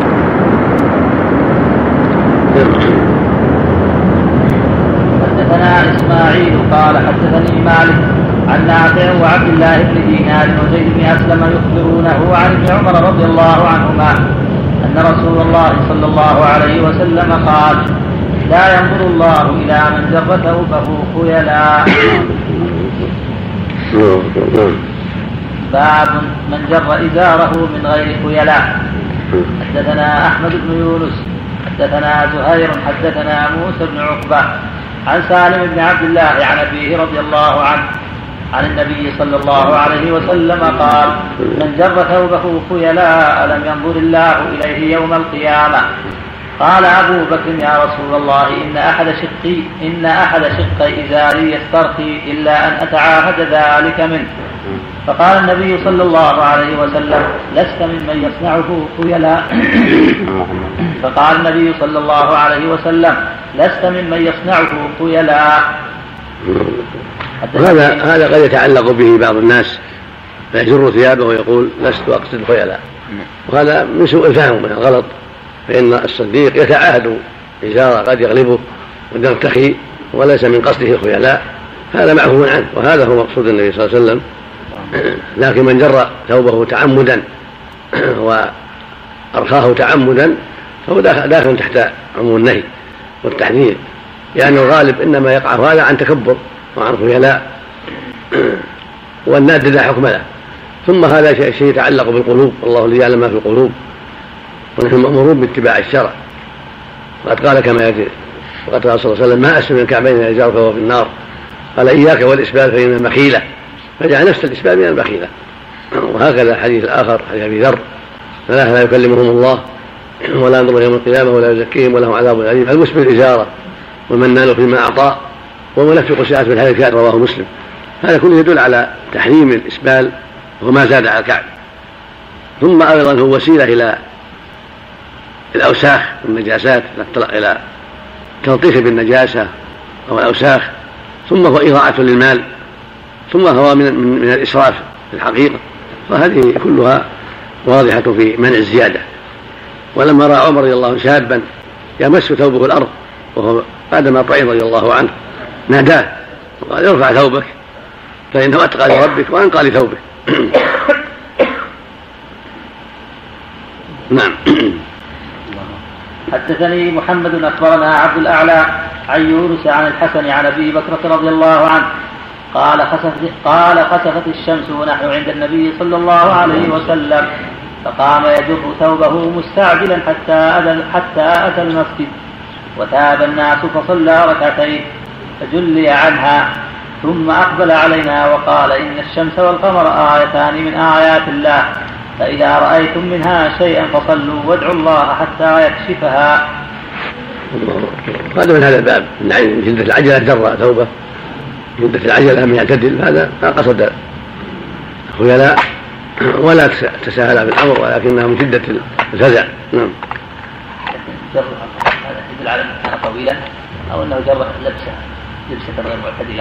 حدثنا إسماعيل قال حدثني مالك عن نافع وعبد الله بن دينار وزيد بن أسلم يخبرونه عن ابن عمر رضي الله عنهما أن رسول الله صلى الله عليه وسلم قال: لا ينظر الله إلى من جر ثوبه خيلاء. باب من جر إزاره من غير خيلاء. حدثنا أحمد بن يونس حدثنا زهير حدثنا موسى بن عقبة عن سالم بن عبد الله عن أبيه رضي الله عنه عن النبي صلى الله عليه وسلم قال: من جر ثوبه خيلاء لم ينظر الله إليه يوم القيامة. قال أبو بكر: يا رسول الله، إن أحد شقي إزاري يسترخي إلا أن أتعاهد ذلك منه. فقال النبي صلى الله عليه وسلم: لست ممن يصنعه خيلاء. فقال النبي صلى الله عليه وسلم: لست ممن يصنعه خيلاء.
هذا قد يتعلق به بعض الناس فيجر ثيابه ويقول لست أقصد الخيلاء، وهذا من سوء الفهم من الغلط، فإن الصديق يتعاهد إزارة قد يغلبه ويرتخي وليس من قصده الخيلاء، هذا معفو عنه، وهذا هو مقصود النبي صلى الله عليه وسلم. لكن من جر ثوبه تعمدا وأرخاه تعمدا فهو داخل تحت عموم النهي والتحذير، لأنه الغالب إنما يقع هذا عن تكبر وعن خيلاء، والناد لا حكم له. ثم هذا شيء يتعلق بالقلوب، والله الذي يعلم ما في القلوب، ونحن مأمورون باتباع الشرع. وقد قال كما يأتي، وقد قال صلى الله عليه وسلم ما أسفل من الكعبين من الإزار فهو في النار، قال إياك والإسبال فإن المخيلة، فجعل نفس الإسبال من المخيلة. وهكذا الحديث الآخر حديث أبي ذر ثلاثة لا يكلمهم الله ولا ينظر يوم القيامة ولا يزكيهم ولهم عذاب أليم، المسبل الإزارة والمنان فيما أعطى ومنفق الساعة بالحركات، رواه مسلم. هذا كله يدل على تحريم الإسبال وما زاد على الكعب. ثم أيضا هو وسيلة إلى الأوساخ والنجاسات، إلى تلطيف بالنجاسة أو الأوساخ، ثم هو إضاعة للمال، ثم هو من الإسراف في الحقيقة، فهذه كلها واضحة في منع الزيادة. ولما رأى عمر رضي الله عنه شابا يمس ثوبه الأرض وهو بعدما طعن رضي الله عنه ناداه وقال ارفع ثوبك فإنه أتقى لربك وأنقى لثوبك. نعم.
حدثني محمد أخبرنا عبد الأعلى عن يونس عن الحسن عن أبي بكرة رضي الله عنه قال خسفت الشمس ونحن عند النبي صلى الله عليه وسلم، فقام يجر ثوبه مستعجلا حتى أتى المسجد، وتاب الناس فصلى ركعتين فجلي عنها، ثم أقبل علينا وقال إن الشمس والقمر آيتان من آيات الله، فإذا رأيتم منها شيئا فصلوا وادعوا الله حتى يكشفها.
هذا من هذا الباب، من شدة العجلة جر ثوبه، شدة العجلة من يعتدل، هذا ما قصد الخيلاء ولا تساهل بالأمر، ولكنها من شدة الفزع. نعم.
هذا يدل على أنه كان طويلا أو أنه جر لبسة غير معتدلة؟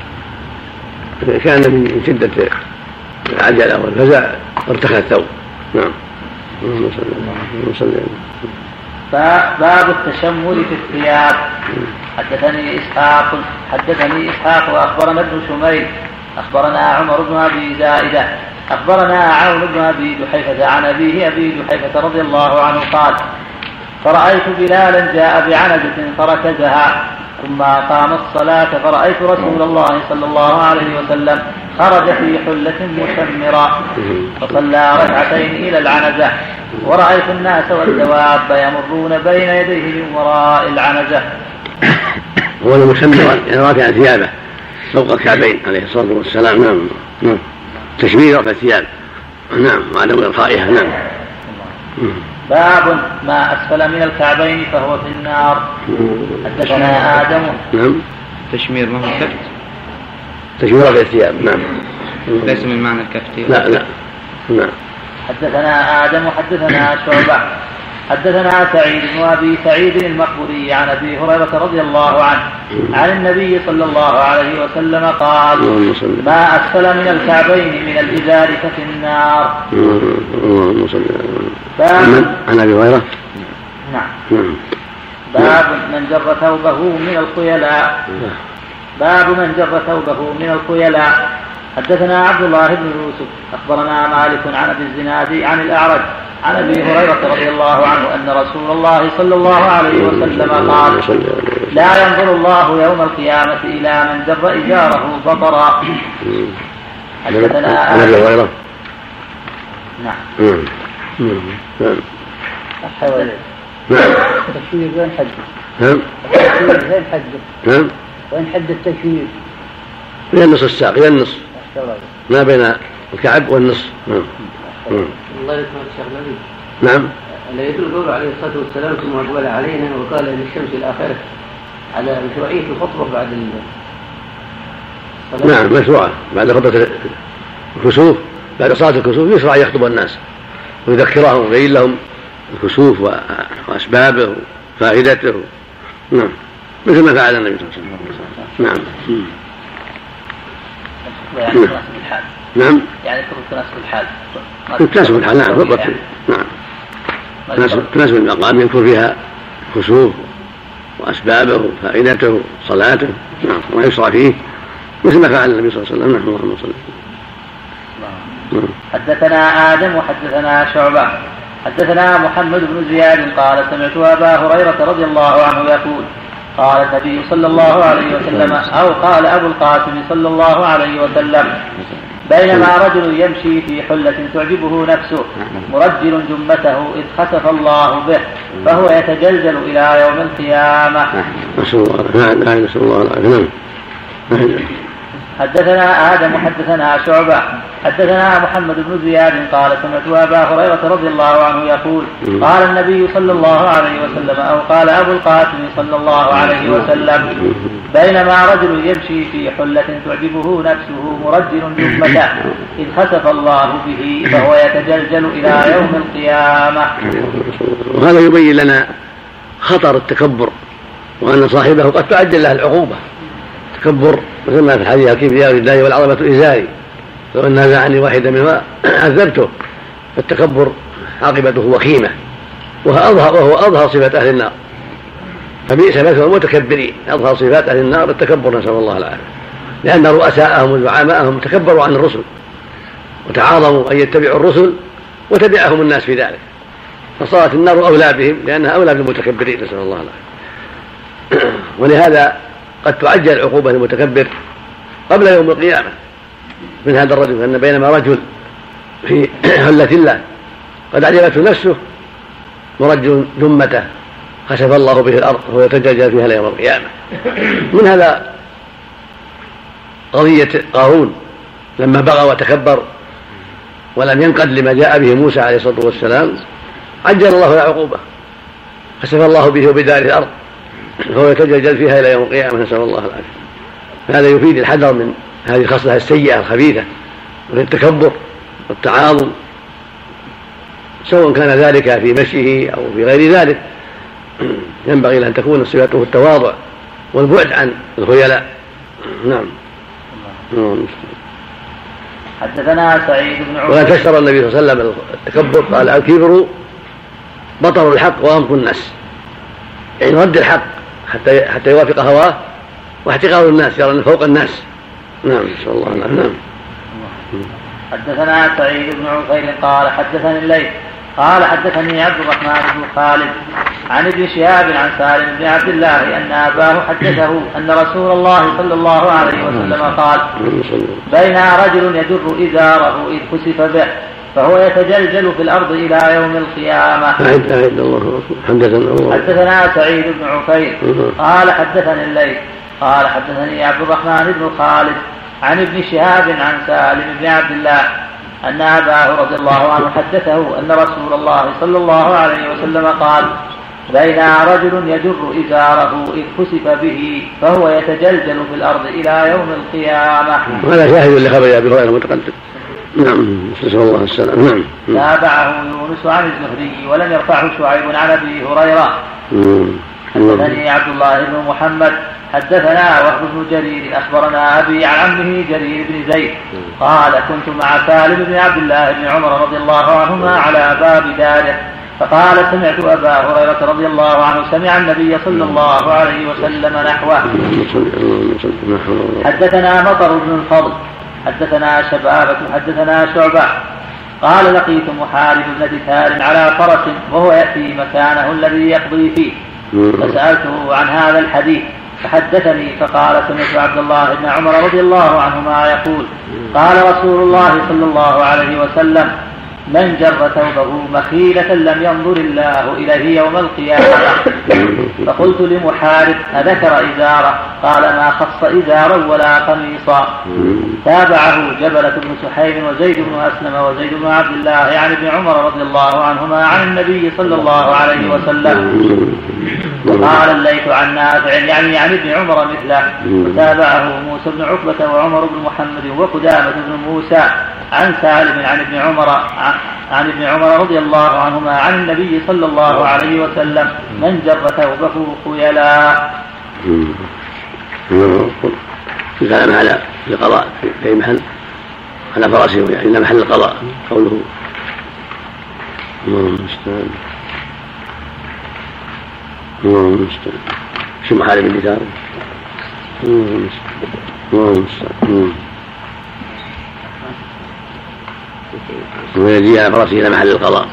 كان من شدة العجلة والفزع ارتخى الثوب. نعم.
باب التشمل في الثياب. حدثني إسحاق وأخبرنا ابن شميل أخبرنا عمر بن أبي زائدة أخبرنا عون بن أبي جحيفة عن أبيه أبي جحيفة رضي الله عنه قال فرأيت بلالا جاء بعنزة فركزها ثم أقام الصلاة، فرأيت رسول الله صلى الله عليه وسلم خرج في حلة مشمرة فصلى ركعتين إلى العنزة، ورأيت الناس والدواب يمرون بين يديه من وراء العنزة.
هو المشمر رافع ثيابه فوق الكعبين عليه الصلاة والسلام. نعم. تشمير رفع الثياب. نعم. وعدم إرخائها. نعم.
باب ما أسفل من الكعبين فهو في النار. حدثنا آدم.
نعم.
تشمير ما هو كفت؟
تشمير رفع الثياب. نعم.
ليس من معنى الكفت.
لا. نعم.
حدثنا آدم حدثنا شعبة حدثنا سعيد بن أبي سعيد المقبوري عن أبي هريرة رضي الله عنه عن النبي صلى الله عليه وسلم قال ما أسفل من الكعبين من الإزار ففي النار.
عن أبي هريرة.
نعم. باب من جر ثوبه من الخيلاء. من الخيلاء. حدثنا عبد الله بن يوسف أخبرنا مالك عن أبي الزناد عن الأعرج عن أبي هريرة رضي الله عنه أن رسول الله صلى الله عليه وسلم قال لا ينظر الله يوم القيامة إلى من جر إزاره بطرا. حدثنا
أبي هريرة.
نعم.
التشوير وين حده؟ وين حده؟ وين حد التشوير؟
هي النص الساق، هي النص ما بين الكعب والنص.
الله يسمع الشيخ نبي.
نعم.
لا يدل قوله عليه الصلاة والسلام ثم أقبل علينا وقال إن الشمس الآخرة على مشروعية الخطبة بعد
الصلاة. نعم مشروعة بعد خطبة الكسوف، بعد صلاة الكسوف يشرع يخطب الناس ويذكرهم ويبين لهم الكسوف وأسبابه وفائدته. نعم مثل ما فعل النبي صلى الله عليه وسلم. نعم.
يعني تناسب الحال.
نعم.
يعني تناسب الحال.
تناسب الحال نعم بالضبط. نعم. تناسب المقام يذكر فيها خشوع وأسبابه وفائدته صلاته نعم وما يشرع فيه مثل ما فعل النبي صلى الله عليه وسلم. نحن اللهم صل.
حدثنا آدم وحدثنا شعبة حدثنا محمد بن زياد قال سمعت أبا هريرة رضي الله عنه يقول قال النبي صلى الله عليه وسلم أو قال أبو القاسم صلى الله عليه وسلم بينما رجل يمشي في حلة تعجبه نفسه مرجل جمته إذ خسف الله به فهو يتجلجل إلى يوم القيامة.
نسأل الله العافية.
حدثنا آدم حدثنا شعبة حدثنا محمد بن زياد قال سمعت أبا هريرة رضي الله عنه يقول قال النبي صلى الله عليه وسلم أو قال أبو القاسم صلى الله عليه وسلم بينما رجل يمشي في حلة تعجبه نفسه مرجل جمته إذ خسف الله به فهو يتجلجل إلى يوم القيامة.
وهذا يبين لنا خطر التكبر وأن صاحبه قد تعجل له العقوبة. التكبر مثل ما في الحديث الكبرياء لله والعظمة إزاري لو أن نازعني واحدا منهما عذبته. فالتكبر عاقبته وخيمة وهو أظهر صفات أهل النار فبئس مثل المتكبرين. أظهر صفات أهل النار التكبر نسأل الله العافية لأن رؤساءهم وزعماءهم تكبروا عن الرسل وتعاظموا أن يتبعوا الرسل وتبعهم الناس في ذلك فصارت النار أولى بهم لأنها أولى بالمتكبرين نسأل الله العافية. ولهذا قد تعجل عقوبة المتكبر قبل يوم القيامة من هذا الرجل فإن بينما رجل في حلة الله قد أعجبته نفسه مرجل جمته خسف الله به الأرض وهو يتجلجل فيها يوم القيامة. من هذا قضية قارون لما بغى وتكبر ولم ينقد لما جاء به موسى عليه الصلاة والسلام عجل الله العقوبة خسف الله به وبداره الأرض وهو يتجلجل فيها إلى يوم القيامة نسأل الله العافية. هذا يفيد الحذر من هذه الخصلة السيئة الخبيثة من التكبر والتعاظم سواء كان ذلك في مشيه أو في غير ذلك. ينبغي أن تكون صفته التواضع والبعد عن الخيلاء. نعم.
حدثنا سعيد بن عمر
ولا فسر النبي صلى الله عليه وسلم التكبر قال الكبر بطر الحق وغمط الناس يعني رد الحق حتى يوافق هواه واحتقار الناس يرى أنه فوق الناس. نعم نسأل الله العافية. نعم.
حدثنا سعيد بن عفير قال حدثني الليث قال حدثني عبد الرحمن بن خالد عن ابن شهاب عن سالم بن عبد الله أن أباه حدثه أن رسول الله صلى الله عليه وسلم قال بين رجل يجر إزاره إذ خسف به فهو يتجلجل في الأرض إلى يوم القيامة. حدثنا سعيد بن عفير قال حدثني الليث قال حدثني عبد الرحمن بن خالد عن ابن شهاب عن سالم بن عبد الله أن أباه رضي الله عنه حدثه أن رسول الله صلى الله عليه وسلم قال بين رجل يجر إزاره إذ خسف به فهو يتجلجل في الأرض إلى يوم القيامة.
وهذا شاهد لخبر أبي هريرة المتقدم. نعم نسأل الله السلام. نعم.
تابعه يونس عن الزهري ولم يرفعه شعيب عن أبي هريرة. حدثني عبد الله بن محمد حدثنا وهب بن جرير أخبرنا أبي عن عمه جرير بن زيد قال كنت مع سالم بن عبد الله بن عمر رضي الله عنهما على باب داره فقال سمعت أبا هريرة رضي الله عنه سمع النبي صلى الله عليه وسلم نحوه. حدثنا مطر بن الفضل حدثنا شبابة حدثنا شعبة قال لقيت محارب بن دثار على فرس وهو يأتي مكانه الذي يقضي فيه فسألته عن هذا الحديث فحدثني فقال سمعت عبد الله بن عمر رضي الله عنهما يقول قال رسول الله صلى الله عليه وسلم من جر ثوبه مخيلة لم ينظر الله إليه يوم القيامة. فقلت لمحارب أذكر إزاره قال ما خص إزارا ولا قميصا. تابعه جبلة بن سحيم وزيد بن أسلم وزيد بن عبد الله عن ابن عمر رضي الله عنهما عن النبي صلى الله عليه وسلم. وقال الليث عن نافع يعني عن ابن عمر مثله. وتابعه موسى بن عقبة وعمر بن محمد وقدامة بن موسى عن سالم عن ابن عمر رضي الله عنهما عن النبي صلى الله عليه وسلم من جر ثوبه خيلاء.
كان محل القضاء في محل على فرسه يعني إلى محل القضاء. قوله اللهم المستعان اللهم المستعان شو محارم النساء اللهم المستعان ويجي على فرسه إلى محل القضاء.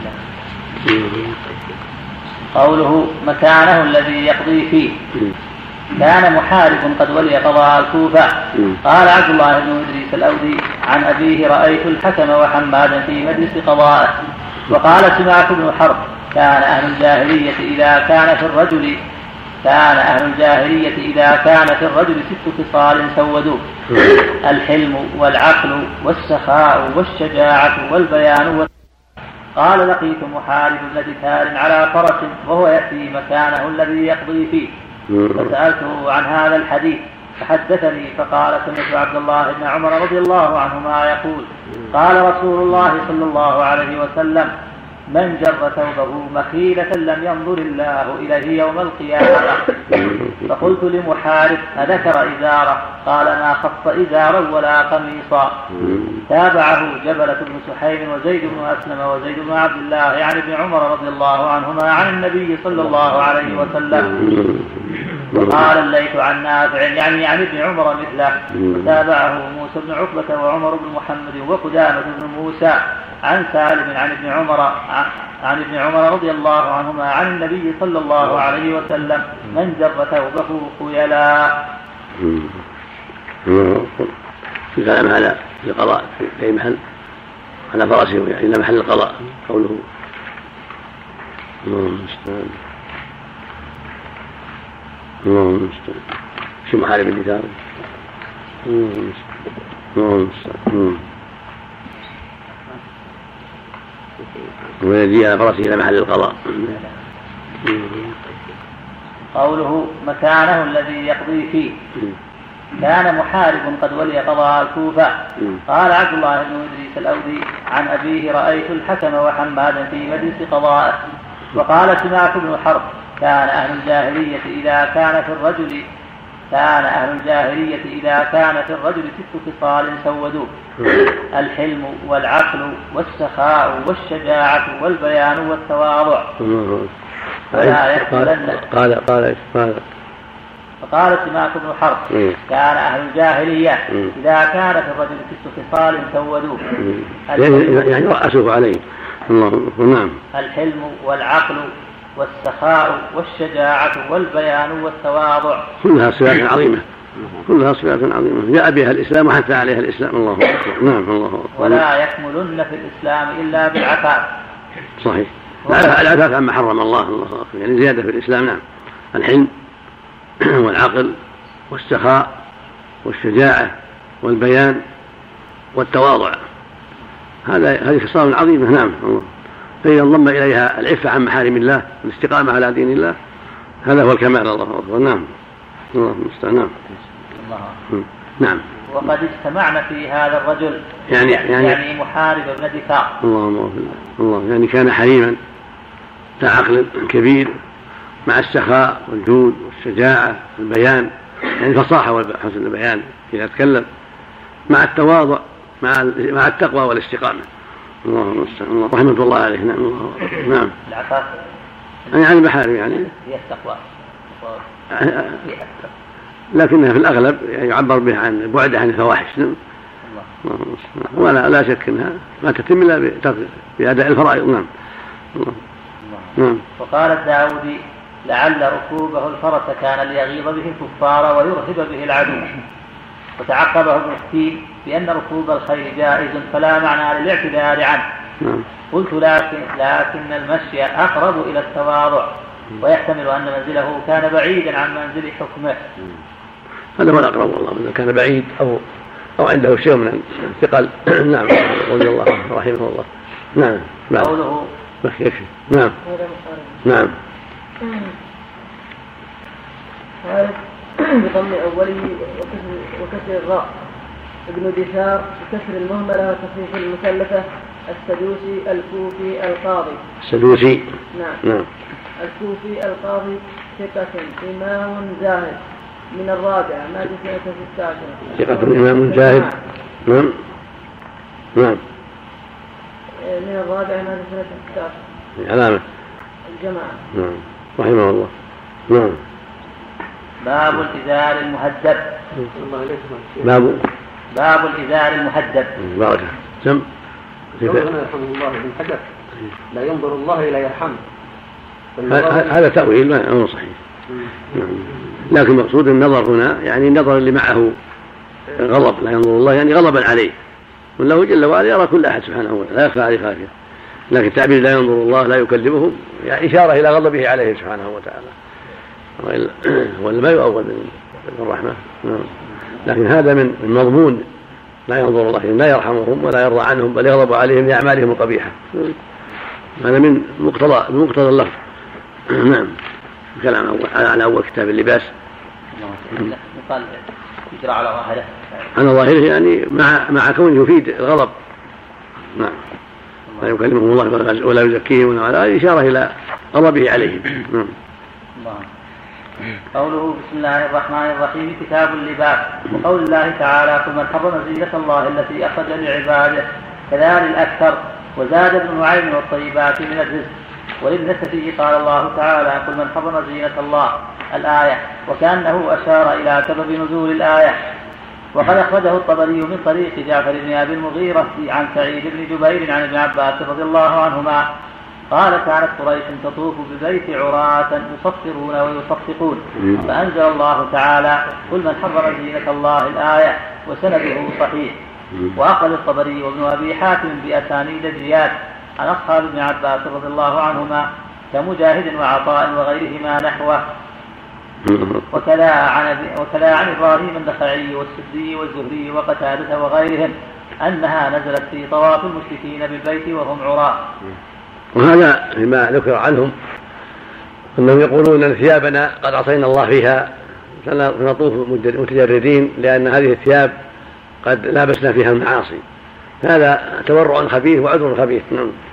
قوله مكانه الذي يقضي فيه. كان محارب قد ولي قضاء الكوفة. قال عبد الله بن إدريس الأودي عن أبيه رأيت الحكم وحمادا في مجلس قضائه. وقال سماك بن حرب كان أهل الجاهلية إذا كان في الرجل 6 خصال سودوه: الحلم والعقل والسخاء والشجاعة والبيان. قال لقيت محارب بن دثار على فرس وهو يأتي مكانه الذي يقضي فيه، فسألته عن هذا الحديث فحدثني فقال: سمعت عبد الله بن عمر رضي الله عنهما يقول: قال رسول الله صلى الله عليه وسلم: من جر ثوبه مخيلة لم ينظر الله إليه يوم القيامة. فقلت لمحارب: أذكر إزاره؟ قال: ما خص إزارا ولا قميصا. تابعه جبلة بن سحيم وزيد بن أسلم وزيد بن عبد الله عن ابن عمر رضي الله عنهما عن النبي صلى الله عليه وسلم. وقال الليث عن نافع يعني عن ابن عمر مثله. وتابعه موسى بن عقبة وعمر بن محمد وقدامة بن موسى عن سالم عن ابن عمر رضي الله عنهما عن النبي صلى الله عليه وسلم: من جر ثوبه خيلا.
كان على القضاء في محل على فرسه يعني إلى محل القضاء. قوله اللهم المستعان اللهم المستعان شو محارم النساء اللهم المستعان ويجي على فرسه إلى محل القضاء.
قوله مكانه الذي يقضي فيه. كان محارب قد ولي قضاء الكوفة. قال عبد الله بن إدريس الأودي عن أبيه رأيت الحكم وحمادا في مجلس قضائه. وقال سماك بن حرب كان أهل الجاهلية إذا كان في الرجل 6 خصال سودوه: الحلم والعقل والسخاء والشجاعة والبيان والتواضع. فقال سماك بن حرب كان أهل الجاهلية إذا كان في الرجل 6 خصال سودوه:
يعني رأسوه عليه. نعم.
الحلم والعقل والسخاء والشجاعة والبيان والتواضع.
كلها صفات عظيمة جاء بها الإسلام وحث عليها الإسلام. الله أكبر. نعم. الله أكبر.
ولا يكملن في الإسلام إلا بالعفاف.
صحيح. العفاف عما حرم الله أكبر يعني زيادة في الإسلام. نعم. الحلم والعقل والسخاء والشجاعة والبيان والتواضع هذه خصال عظيمة. نعم. فإذا انضم إليها العفة عن محارم الله والاستقامة على دين الله هذا هو الكمال. الله أكبر. نعم. الله المستعان. نعم.
وقد اجتمعنا في هذا الرجل يعني محارب بن دثار.
الله يعني كان حليما ذا عقل كبير مع السخاء والجود والشجاعة والبيان يعني فصاحة وحسن البيان إذا تكلم مع التواضع مع التقوى والاستقامة. الله المستعان. الله رحمة الله عليه. نعم.
العفاف
يعني المحارم يعني
هي التقوى
لكنها في الأغلب يعبر به عن بعد عن الفواحش. ولا شك أنها ما تتم إلا بأداء الفرائض. نعم. نعم.
وقال الداودي لعل ركوبه الفرس كان ليغيظ به الكفار ويرهب به العدو. وتعقبه ابن حكيم بأن ركوب الخيل جائز فلا معنى للاعتذار عنه. قلت لكن المشي أقرب إلى التواضع ويحتمل أن منزله كان بعيدا عن منزل حكمه.
هذا هو الأقرب والله إذا كان بعيد أو عنده شيء من الثقل. نعم. رضي الله عنه رحمه الله. نعم.
قوله
يكفي. نعم. نعم.
بضم أوله وكسر الراء. ابن دثار بكسر المهملة وتصريف المثلثة. السدوسي الكوفي القاضي.
نعم.
الكوفي القاضي ثقة إمام زاهد من الرابعة مات سنة 16.
ثقة الإمام مجاهد. نعم نعم.
من الرابعة مات سنة 16.
علامة
الجماعة.
نعم رحمه الله. نعم.
باب الإزار المهدب. باب الإزار المهدب.
بارك سم.
رحمه الله بن حدث لا ينظر الله إلى يرحمه.
هذا تأويل ما صحيح. لكن مقصود النظر هنا يعني النظر اللي معه غضب، لا ينظر الله يعني غضبا عليه، والله جل وعلا يرى كل أحد سبحانه وتعالى لا يخفى عليه خافية. لكن تعبير لا ينظر الله لا يكلمهم يعني إشارة إلى غضبه عليه سبحانه وتعالى، ولا ما يؤول بالرحمة. لكن هذا من مضمون لا ينظر الله لا يرحمهم ولا يرضى عنهم بل يغضب عليهم لأعمالهم القبيحة. هذا من مقتضى اللفظ. نعم. كلام على أول كتاب اللباس
يقال يجرى على ظاهره.
على ظاهره يعني مع كونه يفيد الغضب. نعم. لا يكلمهم الله ولا يزكيهم ولا إشارة إلى غضبه عليهم. نعم.
قوله بسم الله الرحمن الرحيم كتاب اللباس. وقول الله تعالى كل من حرم زينة الله التي أخرج لعباده كذلك الأكثر. وزاد ابن نعيم والطيبات من الرزق. ولابن السفي قال الله تعالى كل من حرم زينة الله الآية، وكأنه أشار إلى سبب نزول الآية. وقد أخرجه الطبري من طريق جعفر بن أبي المغيرة عن سعيد بن جبير عن ابن عباس رضي الله عنهما قال كانت قريش تطوف ببيت عراة يصفرون ويصفقون، فأنزل الله تعالى كل من حرم زينة الله الآية، وسنده صحيح. وأخذ الطبري وابن أبي حاتم بأسانيد زياد عن أصحاب ابن عباس رضي الله عنهما كمجاهد وعطاء وغيرهما نحوه. وكذا عن إبراهيم النخعي والسدي والزهري وقتادة وغيرهم أنها نزلت في طواف المشركين بالبيت وهم عراة.
وهذا فيما ذكر عنهم أنهم يقولون أن ثيابنا قد عصينا الله فيها فنطوف متجردين لأن هذه الثياب قد لابسنا فيها المعاصي. هذا تورع خبيث وعذر خبيث.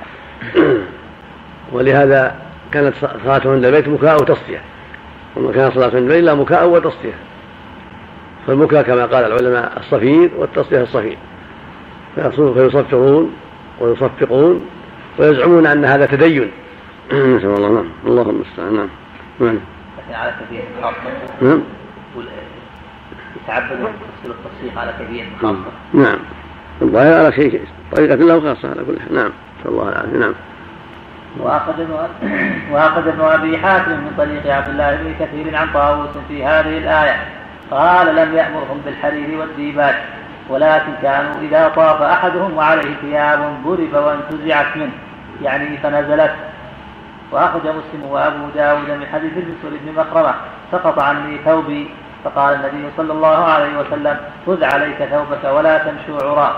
ولهذا كانت صلاتهم عند البيت مكاء وتصفية، وما كانت صلاة عند البيت إلا مكاء وتصفية. فالمكاء كما قال العلماء الصفير والتصفية الصفير، فيصفرون ويصفقون ويزعمون أن هذا تدين. نسأل الله. نعم اللهم المستعان. نعم.
على كثير خاصة.
نعم.
يتعبدون التصفيق على كثير خاصة.
نعم. الظاهر على شيء طريقة له خاصة على كل حال. نعم. نسأل الله العافية. نعم.
وأخذ ابن أبي حاتم من طريق عبد الله بن كثير عن طاووس في هذه الآية قال لم يأمرهم بالحرير والديباج، ولكن كانوا إذا طاف أحدهم وعليه ثياب ضرب وانتزعت منه يعني فنزلت. وأخذ مسلم وأبو داود من حديث البسر بن مخرمة سقط عني ثوبي، فقال النبي صلى الله عليه وسلم خذ عليك ثوبك ولا تمشوا عراة.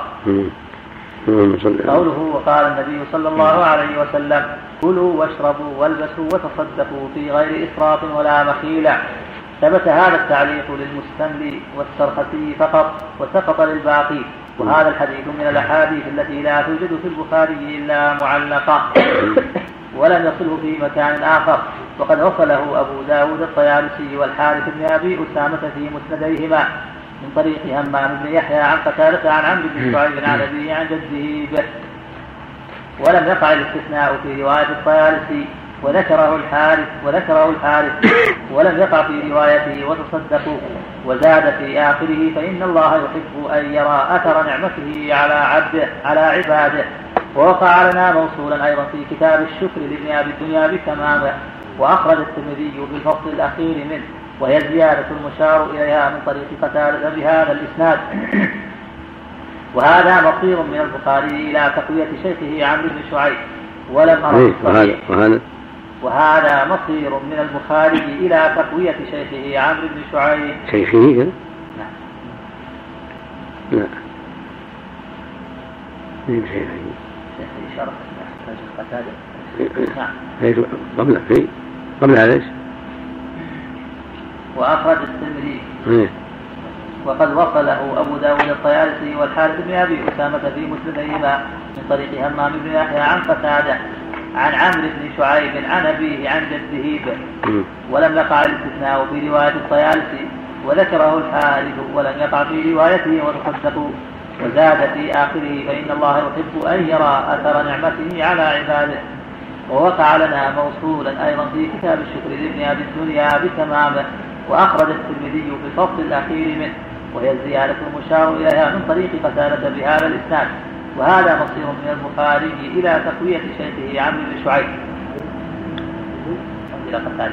قوله وقال النبي صلى الله عليه وسلم كلوا واشربوا والبسوا وتصدقوا في غير إسراف ولا مخيلة. ثبت هذا التعليق للمستملي والسرخسي فقط وسقط للباقي. وهذا الحديث من الأحاديث التي لا توجد في البخاري إلا معلقة ولم يصله في مكان آخر. وقد وصله أبو داود الطيالسي والحارث بن أبي أسامة في مسنديهما من طريق همام بن يحيى عن قتادة عن عمرو بن شعيب عن أبيه عن جده به. ولم يقع الاستثناء في رواية الطيالسي وذكره الحارث ولم يقع في روايته وتصدقوا. وزاد في آخره فإن الله يحب أن يرى أثر نعمته على عباده. ووقع لنا موصولا أيضا في كتاب الشكر لابن أبي الدنيا بتمامه. وأخرج الترمذي بالفصل الأخير منه وهي زيادة المشار إليها من طريق قتادة بهذا الإسناد. وهذا مصير من البخاري إلى تقوية شيخه عمرو بن شعيب ولم أرى وهذا مصير من البخاري إلى تقوية شيخه عمرو بن شعيب.
شيخه؟ لا مين شيخه؟
شيخه شرف قتادة.
قبل هذا ايش؟
وأخرج الترمذي وقد وصله أبو داود الطيالسي والحارث بن أبي أسامة في مسنديهما من طريق همام بن يحيى عن قتادة عن عمرو بن شعيب عن أبيه عن جده به. ولم يقع الاستثناء في رواية الطيالسي وذكره الحارث ولم يقع في روايته وتصدقوا. وزاد في آخره فإن الله يحب أن يرى أثر نعمته على عباده. ووقع لنا موصولا أيضا في كتاب الشكر لابن أبي الدنيا بتمامه، وأخرج الترمذي في الفصل الأخير منه، وهي الزيادة المشار إليها من طريق قتادة بهذا الإسناد. وهذا مصير من البخاري إلى تقوية شيخه عمرو بن شعيب إلى قتادة.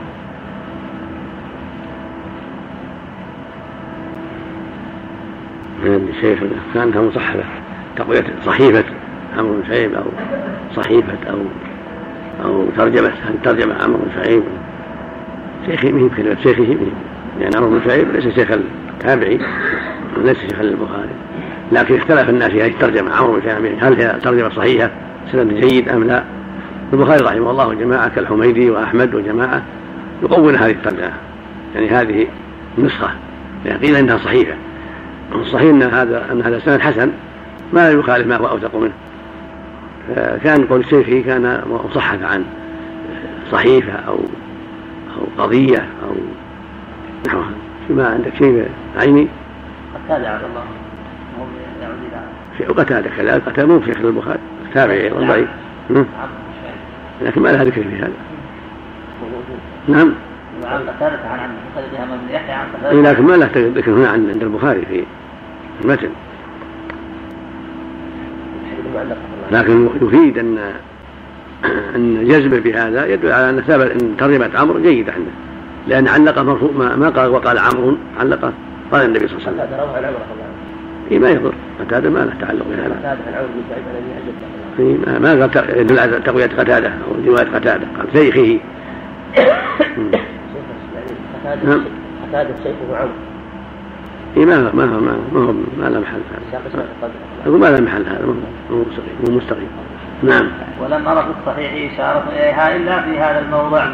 الشيخ كانت مصحفة تقوية صحيفة عمرو بن شعيب أو صحيفة أو ترجمة عمرو بن شعيب. شيخي مهم كلمة شيخه مهم، لأن عمرو بن شعيب ليس شيخ التابعي وليس شيخ البخاري، لكن اختلف الناس في هذه الترجمة عمرو بن شعيب هل هي ترجمة صحيحة سند جيد أم لا. البخاري رحمه الله جماعة كالحميدي وأحمد وجماعة يقوون هذه الترجمة، يعني هذه النسخة يعني قيل إنها صحيحة. الصحيح أن هذا سند حسن ما يخالف ما هو أوثق منه. كان قول شيخه كان مصحف عن صحيفة أو قضية أو نحو. ما عندك شيء عيني؟
قتادة عبد الله
شيء قتادة كذلك، قتادة مو شيخ البخاري تابعي أيضا ضعيف، لكن ما لها ذكر في هذا. نعم.
قتادة عن عمرو بن يحيى عن قتادة،
لكن ما لها ذكر هنا عند البخاري في المتن، لكن يفيد أن جزم بهذا يدل على أن ثابت أن ترجمة عمرو جيدة عنده، لأن علق مرفوع ما قال وقال عمرو، علق قال النبي صلى الله عليه وسلم. ما يضر قتادة ما له تعلق بهذا، ما قال يدل على تقوية قتادة أو رواية قتادة، قال شيخه.
قتادة شيخه عمرو.
ما له محل هذا، أقول ما له محل هذا، مو مستقيم. نعم.
ولم أرى في الصحيح إشارة إليها إلا في هذا الموضع.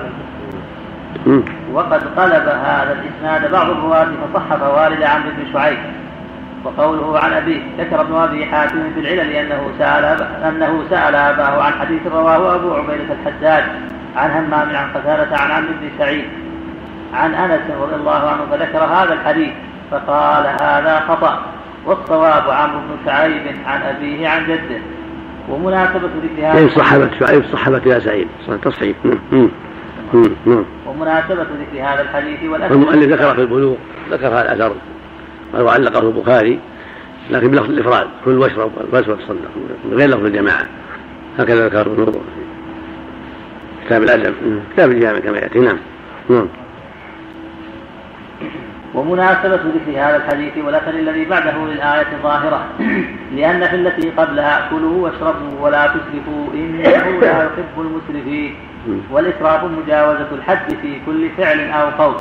وقد قلب هذا الإسناد بعض الرواة فصحف والد عمرو بن شعيب. وقوله عن أبيه ذكر ابن أبي حاتم في العلل أنه سأل أباه عن حديث رواه أبو عبيدة الحجاج عن همام عن قتادة عن عمرو بن سعيد عن أنس رضي الله عنه، فذكر هذا الحديث فقال هذا خطأ، والصواب عمرو بن شعيب عن أبيه عن جده. ومناسبة ذكر هذا
صحبة شعيب صحبة يا سعيد تصحيح.
ومناسبة ذكر هذا الحديث
والمؤلف ذكر في البلوغ ذكر هذا الأثر وعلقه البخاري لكن بلفظ الإفراد كل واشرب والصدق من غير لفظ الجماعة، هكذا ذكر النور كتاب الأدب كتاب الجامع كما يأتي. نعم.
ومناسبة ذكر هذا الحديث والأثر الذي بعده للآية ظاهرة، لأن في التي قبلها كلوا واشربوا ولا تسرفوا إنه لا يحب المسرفين. والإسراف مجاوزة الحد في كل فعل أو قول،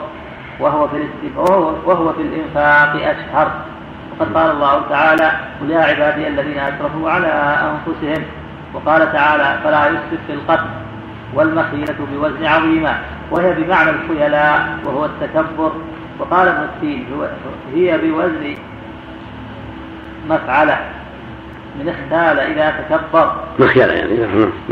وهو في الإنفاق أشهر. وقد قال الله تعالى قل يا عبادي الذين أسرفوا على أنفسهم، وقال تعالى فلا يسرف في القتل. والمخيلة بوزن عظيمة وهي بمعنى الخيلاء وهو التكبر. وقال ابن السين هي بوزن مفعلة من اختال إذا تكبر
مخيلة يعني.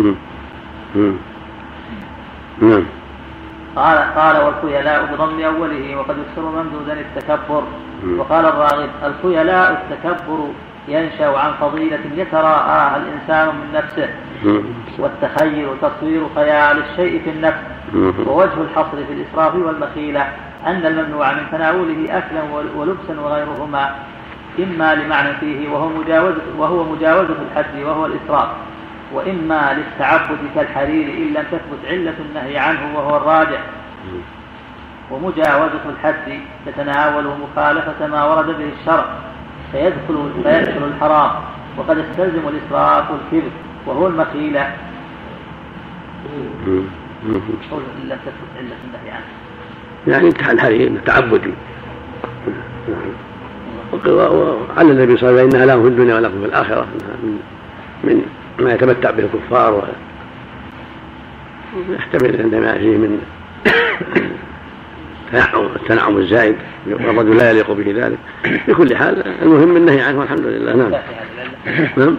قال والخيلاء بضم أوله وقد يكسر ممدودا التكبر. وقال الراغب الخيلاء التكبر ينشأ عن فضيلة يتراءاها الإنسان من نفسه، والتخيل تصوير خيال الشيء في النفس. ووجه الحصر في الإسراف والمخيلة أن الممنوع من تناوله أكلا ولبسا وغيرهما إما لمعنى فيه وهو مجاوزة الحد وهو الإسراف، وإما للتعبد كالحرير إن لم تثبت علة النهي عنه وهو الراجح. ومجاوزة الحد تتناول مخالفة ما ورد به الشرع فيدخل الحرام، وقد يستلزم الإسراف والكبر وهو المخيلة إن لم تثبت علة النهي عنه،
يعني انتهى الحرير تعبدي. وعلى النبي صلى الله عليه وسلم إنها له في الدنيا ولكم في الآخرة من ما يتمتع به الكفار ويحتمل عندما فيه من التنعم الزائد والرجل لا يليق به ذلك. بكل حال المهم النهي عنه والحمد لله. نعم.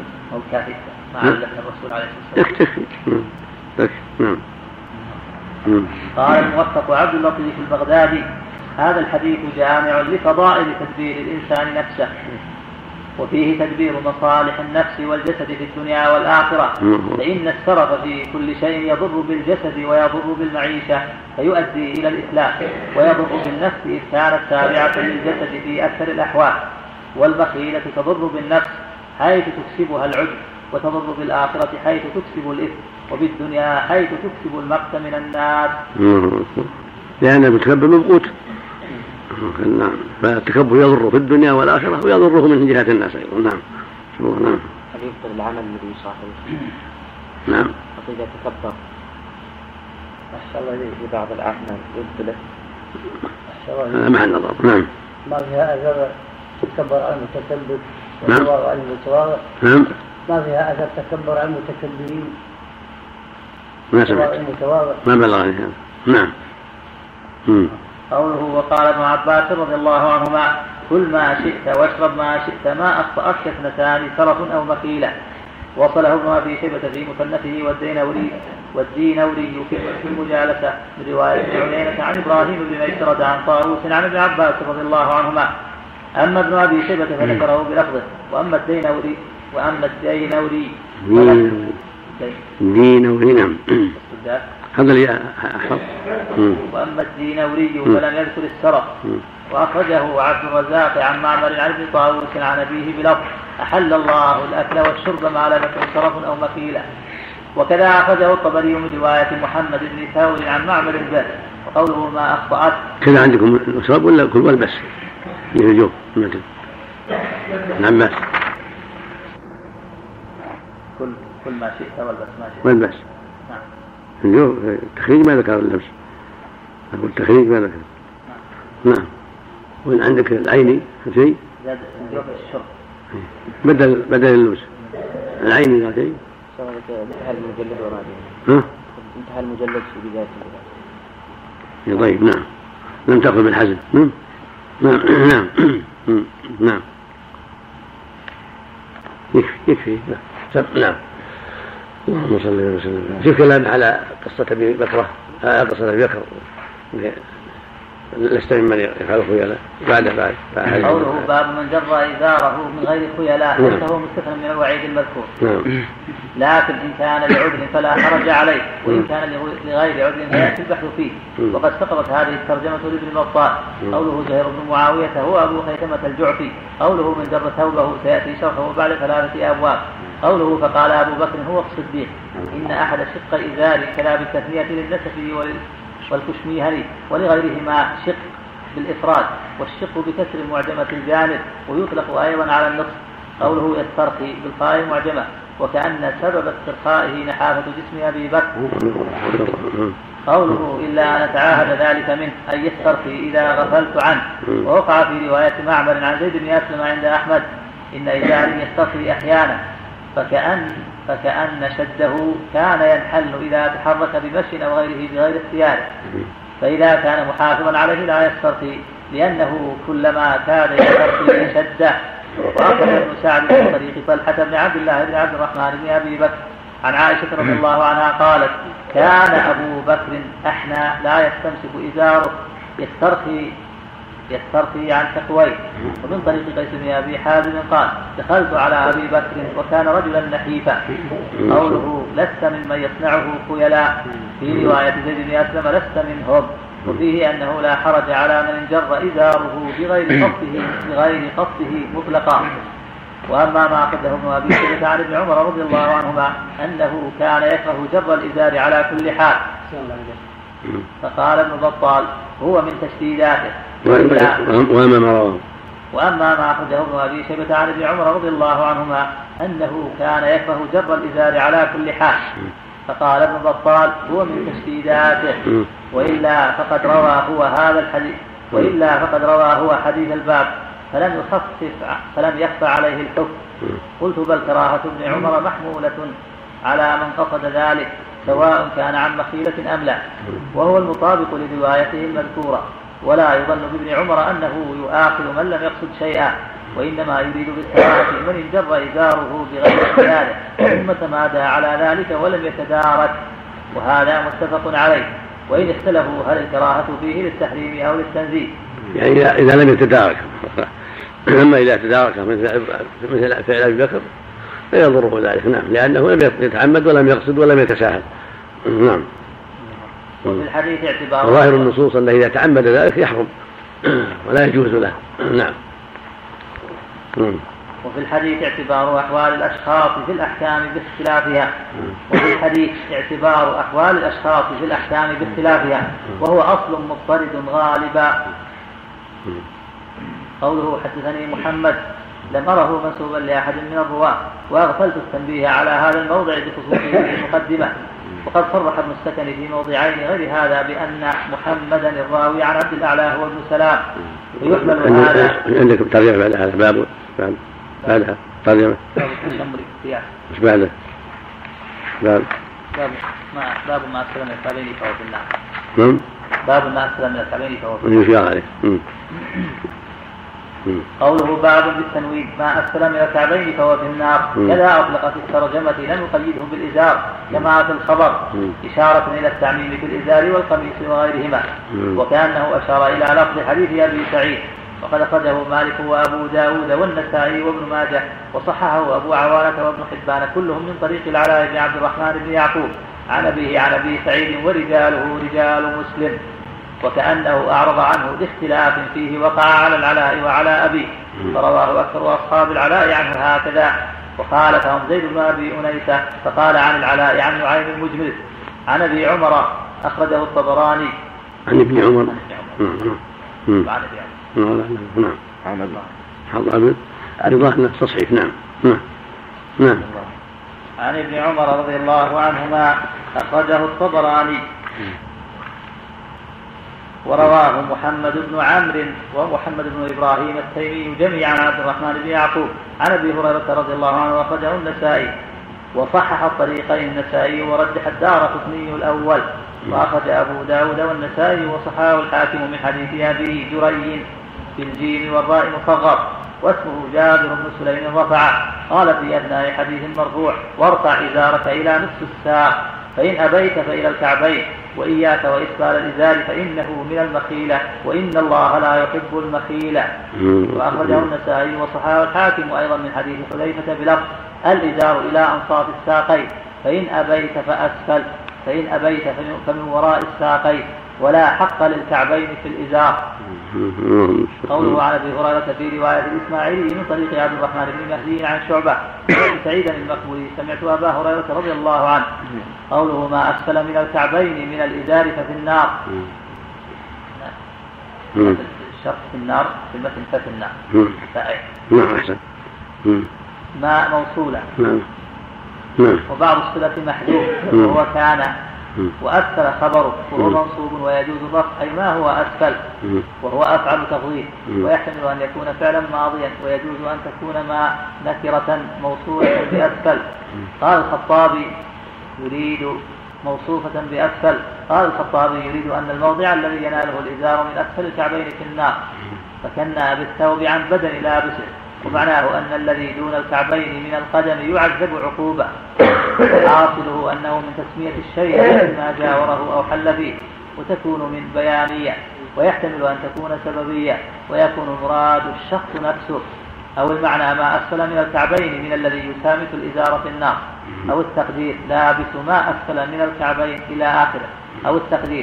يكتفي.
قال الموفق عبد اللطيف البغدادي هذا الحديث جامع لفضائل تدبير الإنسان نفسه، وفيه تدبير مصالح النفس والجسد في الدنيا والآخرة، فإن السرف في كل شيء يضر بالجسد ويضر بالمعيشة فيؤدي إلى الإتلاف، ويضر بالنفس إذ كانت تابعة للجسد في أكثر الأحوال، والبخيلة تضر بالنفس حيث تكسبها العجب، وتضر بالآخرة حيث تكسب الإثم، وبالدنيا حيث تكسب المقت من الناس.
لأن المتكبر مبغوت. نعم. فالتكبر يضره في الدنيا والآخرة ويضره من جهة الناس أيضا. نعم. نعم.
هل يبطل العمل الذي يصاحبه؟
نعم.
إذا تكبر أحسن الله في بعض الأعمال يبطله.
هذا مع النظر. نعم.
ما فيها أثر تكبر على المتكبر
وتواضع
على المتواضع.
نعم.
ما فيها أثر تكبر على المتكبرين.
ما سمعت. ما بلغني هذا. نعم.
قوله وقال ابن عباس رضي الله عنهما كل ما شئت واشرب ما شئت ما أخطأتك اثنتان سرف أو مخيلة. وصله ابن أبي شيبة في مصنفه والدينوري في المجالسة برواية ابن عيينة عن إبراهيم بن ميسرة عن طاووس عن ابن عباس رضي الله عنهما. أما ابن أبي شيبة فذكره بلفظه. وأما الدينوري
نعم. هذا اللي أحفظ.
وأما الدينوري فلم يذكر السرف. وأخرجه عبد الرزاق عن معمر عن ابن طاووس عن أبيه بلفظ أحل الله الأكل والشرب ما لم يكن سرف أو مخيلة. وكذا أخرجه الطبري من رواية محمد بن ثور عن معمر بن وقوله ما أخطأت.
كذا عندكم الشرب ولا كل والبس يجوب مثل نعم بس
كل ما شئت والبس ما شئت
والبس. نعم. التخريج ما ذكر اللبس. أقول التخريج ما ذكر. نعم. وإن عندك العيني شيء
زاد الشرب
بدل اللبس العيني لا شيء.
انتهى المجلد انتهى المجلد في بداية البداية.
طيب. نعم. لم تأخذ بالحزم. نعم. نعم. يكفي. نعم. اللهم صل وسلم. في كلام على قصة أبي بكر لست ممن يفعل خيلاء بعد
قوله باب من جر إزاره من غير خيلاء ليس هو مستثنى من الوعيد المذكور. لكن إن كان لعذر فلا حرج عليه، وإن كان لغير عذر فيأتي البحث فيه. وقد سقطت هذه الترجمة لابن بطال. قوله زهير بن معاوية هو أبو خيثمة الجعفي. قوله من جر ثوبه سيأتي شرحه بعد 3 أبواب. قوله فقال أبو بكر هو الصديق إن أحد شق إزار كلا بالتثنية للنسف والكشميهني ولغيرهما شق بالإفراد، والشق بكسر معجمة الجانب، ويطلق أيضا على النصف. قوله يسترخي بالخاء معجمة، وكأن سبب استرخائه نحافة جسم أبي بكر. قوله إلا أن أتعاهد ذلك منه أن يسترخي إذا غفلت عنه. ووقع في رواية معمر عن زيد بن أسلم عند أحمد إن إزاري يسترخي أحيانا فكأن شده كان ينحل إذا تحرك بمشي أو غيره بغير اختياره، فإذا كان محافظا عليه لا يسترخي لأنه كلما كاد يسترخي شده. وأخرج ابن سعد من طريق طلحة بن عبد الله بن عبد الرحمن بن أبي بكر عن عائشة رضي الله عنها قالت كان أبو بكر أحنى لا يستمسك إزاره يسترخي عن تقويه. ومن طريق قيس بن أبي حازم قال دخلت على أبي بكر وكان رجلا نحيفا. قوله لست ممن يصنعه خيلاء في رواية زيد بن أسلم لست منهم. وفيه أنه لا حرج على من جر إزاره بغير قصده مطلقا. وأما ما أخذه ابن أبي شيبة عن ابن عمر رضي الله عنهما أنه كان يكره جر الإزار على كل حال، فقال ابن بطال هو من تشديداته. وأما ما أخرجه ابن أبي شيبة عن ابن عمر رضي الله عنهما أنه كان يكره جر الإزار على كل حال، فقال ابن بطال هو من تشديداته. وإلا فقد روى هو حديث الباب فلم يخفى عليه الحكم. قلت بل كراهة ابن عمر محمولة على من قصد ذلك سواء كان عن مخيلة أم لا، وهو المطابق لروايته المذكورة. ولا يظن بابن عمر أنه يؤاخذ من لم يقصد شيئا، وإنما يريد بالكراهة من انجر إزاره بغير اختياره ثم تمادى على ذلك ولم يتدارك، وهذا متفق عليه. وإن اختلفوا هل الكراهة فيه للتحريم أو للتنزيه.
يعني إذا لم يتدارك، أما إذا تدارك مثل فعل أبي بكر فيضره ذلك، نعم، لأنه لم يتعمد ولم يقصد ولم يتساهل. نعم.
وفي الحديث اعتبار
ظاهر النصوص أنه إذا تعمد ذلك يحرم ولا يجوز له. نعم.
وفي الحديث اعتبار أحوال الأشخاص في الأحكام باختلافها. وفي الحديث اعتبار أحوال الأشخاص في الأحكام باختلافها، وهو أصل مضطرد غالبا. قوله حدثني محمد لم أره منسوبا لأحد من الرواة، وأغفلت التنبيه على هذا الموضع بخصوصه في المقدمة. وقد صرح ابن السكن في موضعين غير هذا بأن محمدا الراوي عن عبد الأعلى هو ابن سلام، ويحمل هذا.
عندك ترجمة بعد هذا باب بعدها ترجمة مش بعده باب
ما أسلم من الكعبين فهو في النار.
نعم.
باب ما أسلم من الكعبين فهو في
النار.
قوله باب بالتنوين ما أسفل من الكعبين فهو في النار، كذا أطلق في الترجمة لم يقيده بالإزار كما في الخبر، إشارة إلى التعميم في الإزار والقميص وغيرهما، وكأنه أشار إلى لفظ حديث أبي سعيد. وقد أخرجه مالك وأبو داود والنسائي وابن ماجه، وصححه أبو عوانة وابن حبان كلهم من طريق العلاء بن عبد الرحمن بن يعقوب عن أبيه عن أبي سعيد ورجاله رجال مسلم، وكأنه أعرض عنه لاختلاف فيه وقع على العلاء وعلى أبيه، فرواه أكثر أصحاب العلاء عنه هكذا. وخالفهم زيد بن أبي أنيسة فقال عن العلاء عن نعيم المجمل عن أبي عمر أخرجه الطبراني
عن ابن عمر. نعم. تصحيح. نعم.
عن ابن عمر رضي الله عنهما أخرجه الطبراني. ورواه محمد بن عمرو ومحمد بن إبراهيم التيمي جميعا عن عبد الرحمن بن يعقوب عن أبي هريرة رضي الله عنه، وأخرجه النسائي وصحح الطريقين النسائي ورجح الدارقطني الأول، وأخرج أبو داود والنسائي وصححه الحاكم من حديث أبي جريج بالجيم والراء مصغر واسمه جابر بن سليم رفعه، قال في أثناء حديث مرفوع: وارفع إزارك إلى نصف الساق فإن أبيت فإلى الكعبين، وإياك وإسبال الإزار فإنه من المخيلة، وإن الله لا يحب المخيلة. وأخرجه النسائي وصححه الحاكم أيضا من حديث حذيفة بلفظ: الإزار إلى أنصاف الساقين، فإن أبيت فأسفل، فإن أبيت فمن وراء الساقين، ولا حق للكعبين في الإزار. قوله عن أبي هريرة في رواية الإسماعيلي من طريق عبد الرحمن بن مهدي عن شعبة عن سعيد المقبولي سمعت أبا هريرة رضي الله عنه. قوله ما أسفل من الكعبين من الإزار ففي النار، الشرط في النار في المتن ففي النار. ما موصولة وبعض الصلة محذوف وهو كان، وأسفل خبره وهو منصوب ويجوز الرفع أي ما هو أسفل، وهو أفعل تفضيل، ويحتمل أن يكون فعلا ماضيا، ويجوز أن تكون ما نكرة موصولة بأسفل. قال الخطابي يريد موصوفة بأسفل. قال الخطابي يريد أن الموضع الذي يناله الإزار من أسفل الكعبين في النار، فكنا بالثوب عن بدن لابسه، ومعناه أن الذي دون الكعبين من القدم يعذب عقوبة، حاصله أنه من تسمية الشيء ما جاوره أو حل فيه، وتكون من بيانية، ويحتمل أن تكون سببية، ويكون مراد الشخص نفسه، أو المعنى ما أسفل من الكعبين من الذي يسامح الإزار في النار، أو التقدير لابس ما أسفل من الكعبين إلى آخره، أو التقدير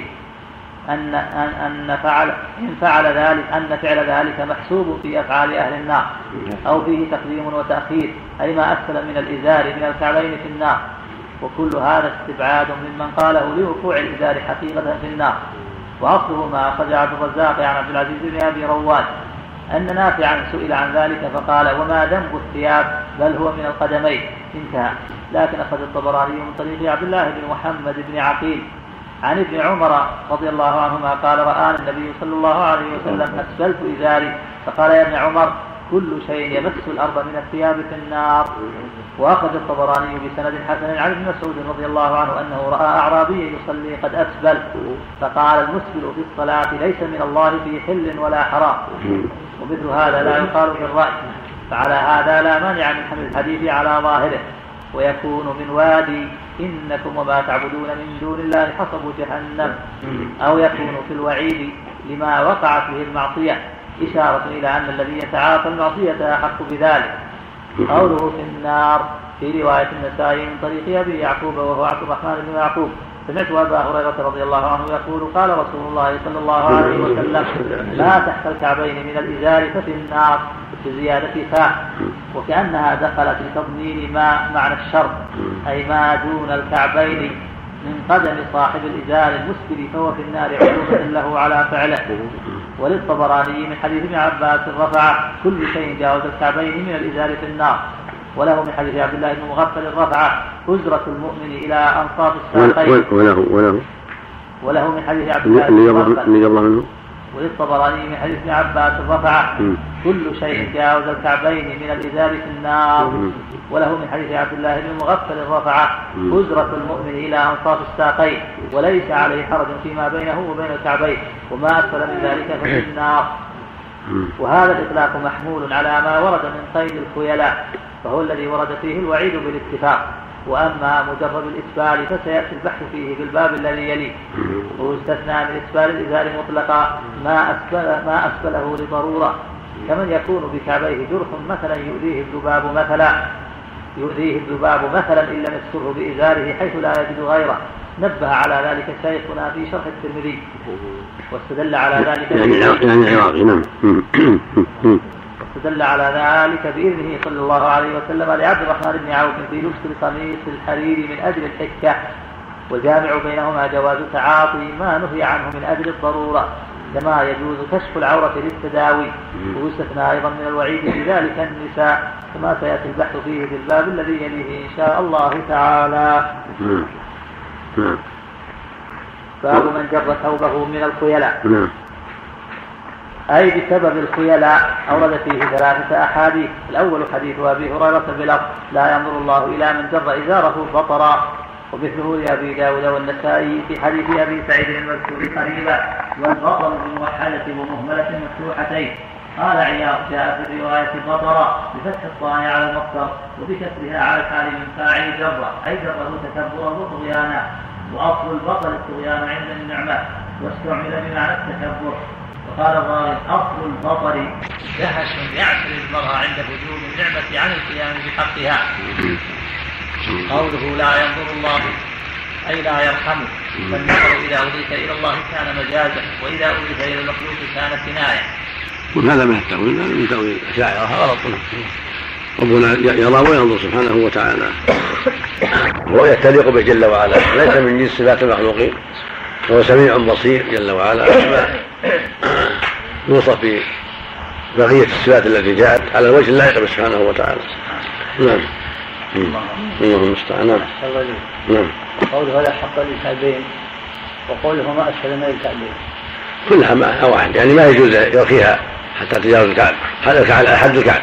أن فعل ذلك محسوب في أفعال أهل النار، أو فيه تقديم وتأخير أي ما أسفل من الإزار من الكعبين في النار. وكل هذا استبعاد ممن قاله لوقوع الإزار حقيقة في النار. وأصله ما أخرج عبد الرزاق عن عبد العزيز بن أبي رواد أن نافعا سئل عن ذلك فقال: وما ذنب الثياب بل هو من القدمين، انتهى. لكن أخرج الطبراني من طريق عبد الله بن محمد بن عقيل عن ابن عمر رضي الله عنهما قال: رآني النبي صلى الله عليه وسلم أسفلت إزاري، فقال: يا ابن عمر كل شيء يمس الأرض من الثياب في النار. وأخرج الطبراني بسند حسن عن ابن مسعود رضي الله عنه أنه رأى أعرابي يصلي قد أسفل، فقال: المسفل في الصلاة ليس من الله في حل ولا حرام. ومثل هذا لا يقال بالرأي، فعلى هذا لا مانع من حمل الحديث على ظاهره، ويكون من وادي إنكم وما تعبدون من دون الله حصب جهنم، أو يكون في الوعيد لما وقعت به المعصية إشارة إلى أن الذي يتعاطى المعصية أحق بذلك. قوله في النار في رواية النسائي من طريق أبي يعقوب وهو عبد الرحمن بن يعقوب سمعت أبا هريرة رضي الله عنه يقول قال رسول الله صلى الله عليه وسلم ما تحت الكعبين من الإزار ففي النار بزيادة فاء، وكأنها دخلت لتضمين ما معنى الشر أي ما دون الكعبين من قدم صاحب الإزار المسبل فهو في النار عقوبة له على فعله. وللطبراني من حديث ابن عباس رفع كل شيء جاوز الكعبين من الإزار في النار. وله من حديث عبد الله بن مغفل رفع أزرة المؤمن إلى أنصاف الساقين. وله من حديث عبد الله بن مغفل. وللطبراني من حديث ابن عباس رفع كل شيء جاوز الكعبين من الإزار في النار. وله من حديث عبد الله بن مغفل رفع أزرة المؤمن إلى أنصاف الساقين وليس عليه حرج فيما بينه وبين الكعبين وما أسفل من ذلك ففي النار. وهذا الإطلاق محمول على ما ورد من قيد الخيلاء فهو الذي ورد فيه الوعيد بالاتفاق. وأما مجرد الإسبال فسيأتي البحث فيه بالباب الذي يليه. ويستثنى من إسبال الإزار مطلقا ما أسفله لضرورة كمن يكون بكعبيه جرح مثلا يؤذيه الذباب مثلا إن لم يستره بإزاره حيث لا يجد غيره. نبه على ذلك شيخنا في شرح الترمذي واستدل على ذلك واستدل على ذلك بإذنه صلى الله عليه وسلم لعبد الرحمن بن عوف في لبس القميص الحريري من أجل الحكة. وجامع بينهما جواز تعاطي ما نهي عنه من أجل الضرورة كما يجوز كشف العورة للتداوي. ويستثنى أيضا من الوعيد في ذلك النساء كما سيأتي البحث فيه في الباب الذي يليه إن شاء الله تعالى. باب من جر ثوبه من الخيلاء أي بسبب الخيلاء. أورد فيه 3 أحاديث. الأول حديث أبي هريرة بلفظ لا ينظر الله إلى من جر إزاره بطرا، ومثله لأبي داود والنسائي في حديث أبي سعيد المذكور قريبا والبطر بموحدة ومهملة مفتوحتين. قال عياض جاء في رواية بطرا بفتح الطاء على المصدر وبكسرها على الحال من فاعل جر أي جره تكبرا وطغيانا. وأصل البطل الطغيان عند النعمة واستعمل بمعنى التكبر. وقال الراغب أصل البطل جهش يعسر المرأة عند وجود النعمة عن القيام بحقها. قوله لا ينظر الله أي لا يرحمه. فالنظر إذا أضيف إلى الله كان مجازا وإذا أضيف إلى المخلوق كان كناية.
وهذا من التأويل من تأويل الأشاعرة غلط. ربنا يرى وينظر سبحانه وتعالى رؤية تليق به جل وعلا ليس من جنس صفات المخلوقين. وهو سميع بصير جل وعلا كما يوصف في بقية الصفات التي جاءت على الوجه اللائق سبحانه وتعالى. نعم. الله المستعان. نعم.
قوله لا حق للكعبين وقوله ما أسفل من الكعبين
كلها معنى واحد يعني ما يجوز يرخيها حتى تجاوز الكعب حد الكعب.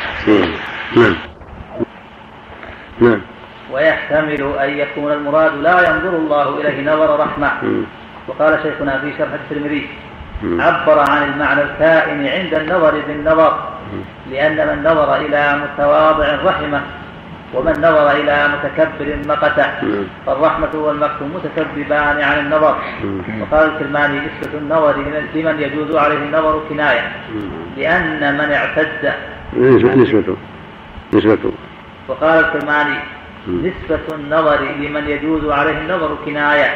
نعم.
ويحتمل أن يكون المراد لا ينظر الله إليه نظر رحمة. وقال شيخنا في شرح الترمذي عبر عن المعنى الكائن عند النظر بالنظر لأن من نظر إلى متواضع رحمه ومن نظر إلى متكبر مقته. فالرحمة والمقت متسببان عن النظر. وقال الكرماني نسبة النظر لمن يجوز عليه النظر كناية لأن من اعتد
نسبته.
وقال الكرماني نسبة النظر لمن يجوز عليه النظر كناية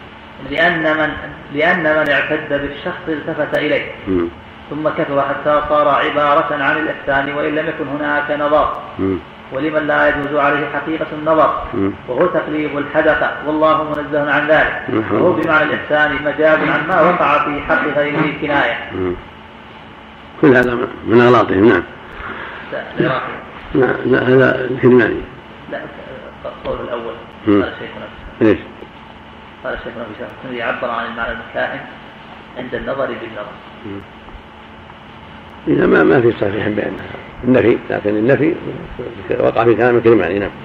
لأن من اعتد بالشخص التفت إليه ثم كثر حتى صار عبارة عن الإحسان وإن لم يكن هناك نظر. ولمن لا يجوز عليه حقيقة النظر وهو تقليب الحدث والله منزه عن ذلك وهو بمعنى الإحسان مجاز عن ما وقع في حق غيره كناية.
كل هذا من أغلاطهم. نعم. لا هذا الكرماني.
لا القول الأول قال شيخنا قال شيخنا في شرح الترمذي عبر عن المعنى الكائن عند النظر بالنظر.
إذا ما في صحيح بأن النفي لكن النفي وقع في كلام الكرماني. نعم.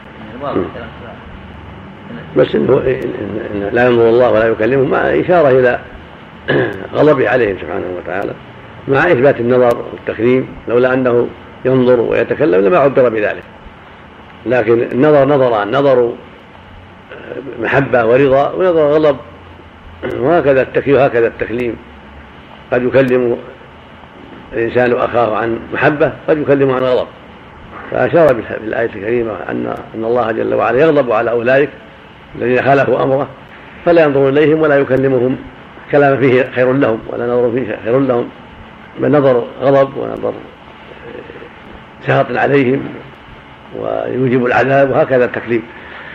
بس إنه لا ينظر الله ولا يكلمه مع إشارة إلى غضبه عليهم سبحانه وتعالى مع إثبات النظر والتكريم. لولا أنه ينظر ويتكلم لما عبر بذلك. لكن النظر نظران نظر محبة ورضا وغضب، وهكذا التكليم وهكذا التكليم. قد يكلم الإنسان أخاه عن محبة، قد يكلمه عن غضب. فأشار في الآية الكريمة أن الله جل وعلا يغضب على أولئك الذين خالفوا أمره، فلا ينظر إليهم ولا يكلمهم كلام فيه خير لهم ولا نظر فيه خير لهم، بل نظر غضب ونظر سخط عليهم ويوجب العذاب، وهكذا التكليم.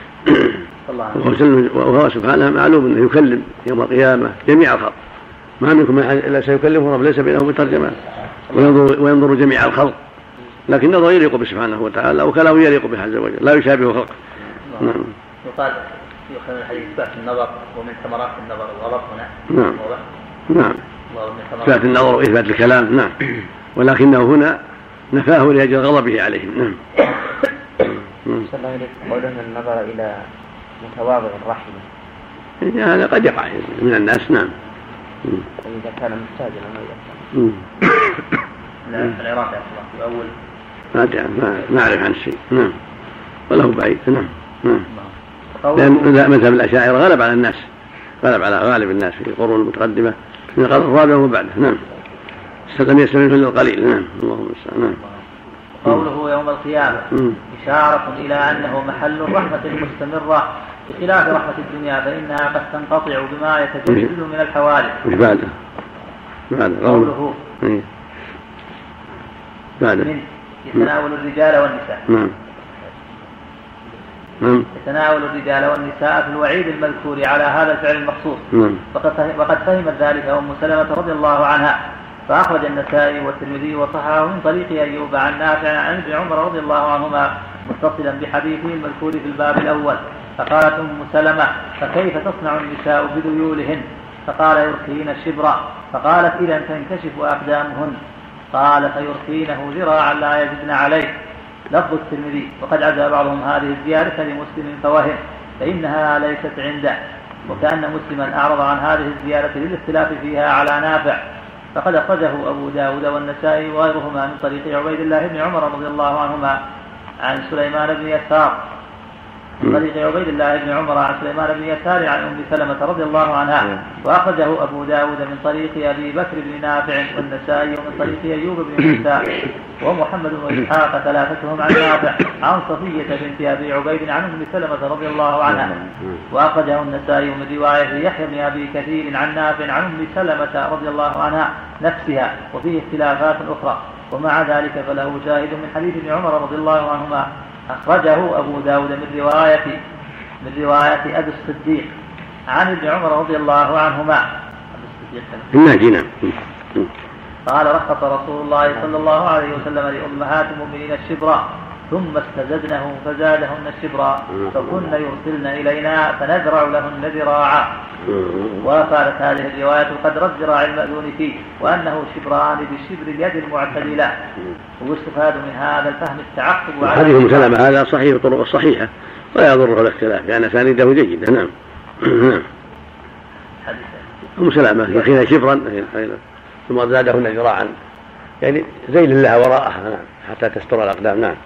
وهو سبحانه معلوم أنه يكلم يوم القيامة جميع الخلق، ما منكم إلا سيكلمه رب ليس بينه بترجمان، وينظر جميع الخلق، لكن نظر يليق به سبحانه وتعالى وكلامه يليق به عز وجل لا يشابه خلقه.
نعم. يقال يؤخذ من الحديث إثبات النظر ومن ثمرات النظر والغضب هنا.
نعم. إثبات النظر وإثبات الكلام، نعم، ولكنه هنا نفاه لأجل غضبه عليهم. نعم.
صلى الله عليه وسلم قولنا النظر إلى متواضع رحمه،
هذا قد يقع من الناس. نعم.
إذا كان مستاجرا
العراق في أول
ما أعرف عن شيء. نعم. وله بعيد. نعم. لأن مذهب الأشاعرة غلب على الناس، غلب على غالب الناس في القرون المتقدمة من القرن الرابع وبعده. نعم. لم يستمر إلا القليل. نعم. اللهم صل. نعم.
قوله يوم القيامة إشارة إلى أنه محل الرحمة المستمرة بخلاف رحمة الدنيا، فإنها قد تنقطع بما يتجدد من الحوادث.
مش بعده
قوله
من
يتناول الرجال والنساء. يتناول الرجال والنساء في الوعيد المذكور على هذا الفعل المخصوص. وقد فهمت ذلك أم سلمة رضي الله عنها، فأخرج النسائي والترمذي وصححه من طريق أيوب عن نافع عن ابن عمر رضي الله عنهما متصلا بحديثه المذكور في الباب الأول. فقالت أم سلمة: فكيف تصنع النساء بذيولهن؟ فقال: يرخين الشبر. فقالت: إذا تنكشف أقدامهن. قال: فيرخينه ذراعا لا يزدن عليه. لفظ الترمذي. وقد عزى بعضهم هذه الزيادة لمسلم فوهم، فإنها ليست عنده، وكأن مسلما أعرض عن هذه الزيادة للاختلاف فيها على نافع. فقد أخرجه أبو داود والنسائي وغيرهما من طريق عبيد الله بن عمر رضي الله عنهما عن سليمان بن يسار، من طريق عبيد الله بن عمر عن سليمان بن يسار عن أم سلمة رضي الله عنها. وأخرجه أبو داود من طريق أبي بكر بن نافع والنسائي ومن طريق أيوب بن موسى ومحمد وإسحاق ثلاثتهم عن نافع عن صفية بنت أبي عبيد عن أم سلمة رضي الله عنها. وأخرجه النسائي من رواية يحيى بن أبي كثير عن نافع عن أم سلمة رضي الله عنها نفسها، وفيه اختلافات أخرى. ومع ذلك فله شاهد من حديث ابن عمر رضي الله عنهما أخرجه أبو داود من رواية أبي الصديق عن ابن عمر رضي الله عنهما. قال: رخص رسول الله صلى الله عليه وسلم لأمهات المؤمنين الشبرا، ثم استزدنه فزادهن الشبرا، فكن يرسلن إلينا فنزرع لهن ذراعا. وفارت هذه الرواية قدر الذراع المأذون فيه، وأنه شبران بشبر اليد المعتدلة. ويستفاد من هذا الفهم التعقب على
حديث أم سلمة هذا صحيح بطرق الصحيحة ولا يضره الاختلاف لأن أسانيده جيدة. نعم. أم سلمة يخينا شبرا ثم زادهن ذراعا، يعني زيل لها وراءها. نعم. حتى تستر الأقدام. نعم.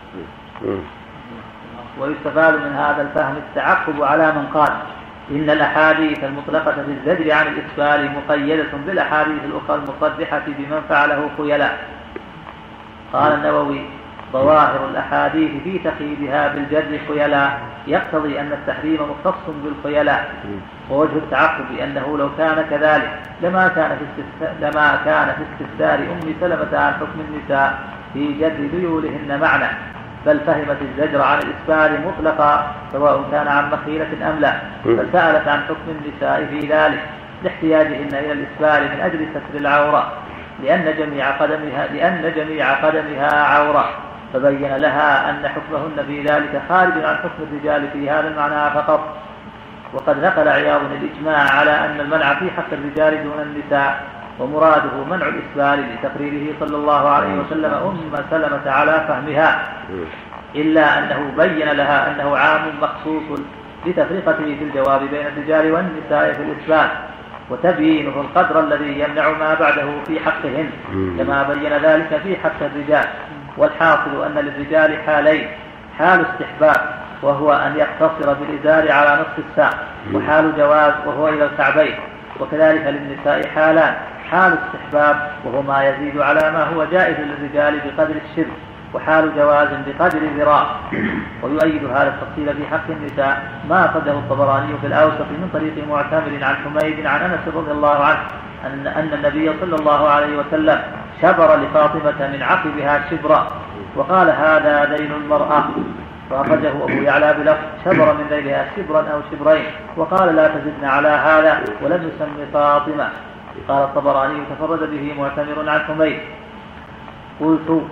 ويستفاد من هذا الفهم التعقب على من قال إن الأحاديث المطلقة في الزجر عن الإسفال مقيدة بالأحاديث الأخرى المصرحة بمن فعله خيلاء. قال النووي: ظواهر الأحاديث في تقييدها بالجر خيلاء يقتضي أن التحريم مختص بالخيلاء. ووجه التعقب أنه لو كان كذلك لما كان في استفسار أم سلمة عن حكم النساء في جر ذيولهن معنى، بل فهمت الزجر عن الإسفال مطلقا سواء كان عن مخيلة أم لا، فسألت عن حكم النساء في ذلك لاحتياجهن إلى الإسفال من أجل ستر العورة، لأن جميع قدمها عورة، فبين لها أن حكمهن في ذلك خارج عن حكم الرجال في هذا المعنى فقط. وقد نقل عياض الإجماع على أن المنع في حق الرجال دون النساء، ومراده منع الإسفال لتقريره صلى الله عليه وسلم أم سلمة على فهمها، إلا أنه بين لها أنه عام مخصوص لتفرقته في الجواب بين الرجال والنساء في الإسفال، وتبيينه القدر الذي يمنع ما بعده في حقهن كما بين ذلك في حق الرجال. والحاصل أن للرجال حالين: حال استحباب وهو أن يقتصر بالإزار على نصف الساق، وحال جواز وهو إلى الكعبين. وكذلك للنساء حالان: حال استحباب وهو ما يزيد على ما هو جائز للرجال بقدر الشبر، وحال جواز بقدر ذراع. ويؤيد هذا التفصيل في حق النساء ما أخرجه الطبراني في الأوسط من طريق معتمر عن حميد عن أنس رضي الله عنه أن النبي صلى الله عليه وسلم شبر لفاطمة من عقبها شبرا، وقال: هذا دين المرأة. فأخرجه أبو يعلى بلفظ: شبر من ذيلها شبرا أو شبرين، وقال: لا تزدن على هذا، ولم يسم فاطمة. قال الطبراني: تفرد به معتمر عن حميد. قلت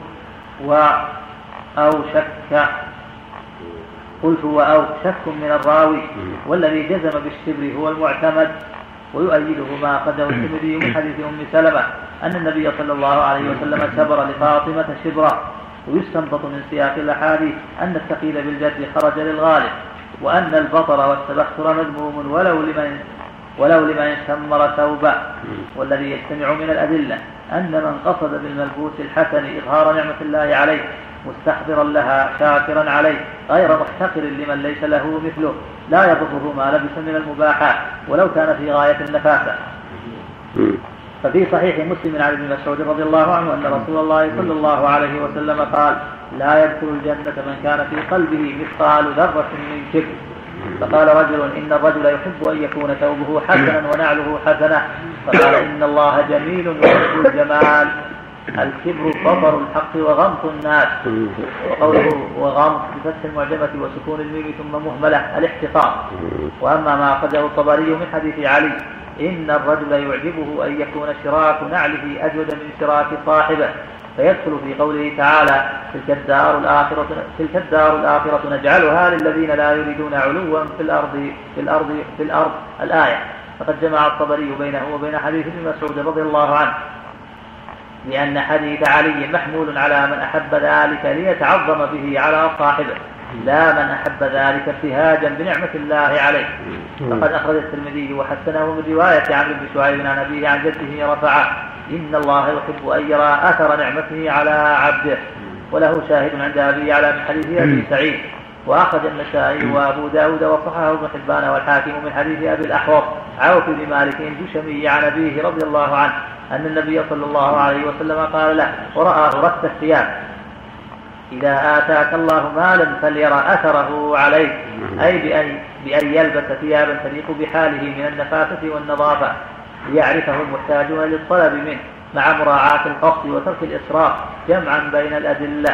وأو شك من الراوي، والذي جزم بالشبر هو المعتمد. ويؤيده ما أخرجه الترمذي من حديث أم سلمة أن النبي صلى الله عليه وسلم شبر لفاطمة شبرا. ويستنبط من سياق الأحاديث أن التقييد بالجد خرج للغالب، وأن البطر والتبختر مذموم ولو لمن شمر ثوبا. والذي يجتمع من الأدلة أن من قصد بالملبوس الحسن إظهار نعمة الله عليه مستحضرا لها شاكرا عليه غير محتقر لمن ليس له مثله لا يضره ما لبس من المباحات ولو كان في غاية النفاسة. ففي صحيح مسلم عن ابن مسعود رضي الله عنه أن رسول الله صلى الله عليه وسلم قال: لا يدخل الجنة من كان في قلبه مثقال ذرة من كبر. فقال رجل: إن الرجل يحب أن يكون ثوبه حسنا ونعله حسنة. فقال: إن الله جميل يحب الجمال. الكبر بطر الحق وغمط الناس. وقوله وغمط بفتح المعجمة وسكون الميم ثم مهملة الاحتقار. وأما ما أخرجه الطبري من حديث علي: إن الرجل يعجبه أن يكون شراك نعله أجود من شراك صاحبه، فيدخل في قوله تعالى: تلك الدار الآخرة نجعلها للذين لا يريدون علوا في الأرض الآية. فقد جمع الطبري بينه وبين حديث ابن مسعود رضي الله عنه، لأن حديث علي محمول على من أحب ذلك ليتعظم به على صاحبه، لا من أحب ذلك ابتهاجا بنعمة الله عليه. فقد أخرج الترمذي وحسنه من رواية عمرو بن شعيب عن أبيه عن جده رفعه: إن الله يحب أن يرى أثر نعمته على عبده. وله شاهد عند أبي يعلى من حديث أبي سعيد. وأخرج النسائي وأبو داود وصححه ابن حبان والحاكم من حديث أبي الأحوص عوف بن مالك الجشمي عن أبيه رضي الله عنه أن النبي صلى الله عليه وسلم قال له ورآه رث الثياب: إذا آتاك الله مالا فليرى أثره عليك، أي بأن يلبس ثيابا تليق بحاله من النفاسة والنظافة ليعرفه المحتاجون للطلب منه مع مراعاة القصد وترك الإسراف جمعا بين الأدلة.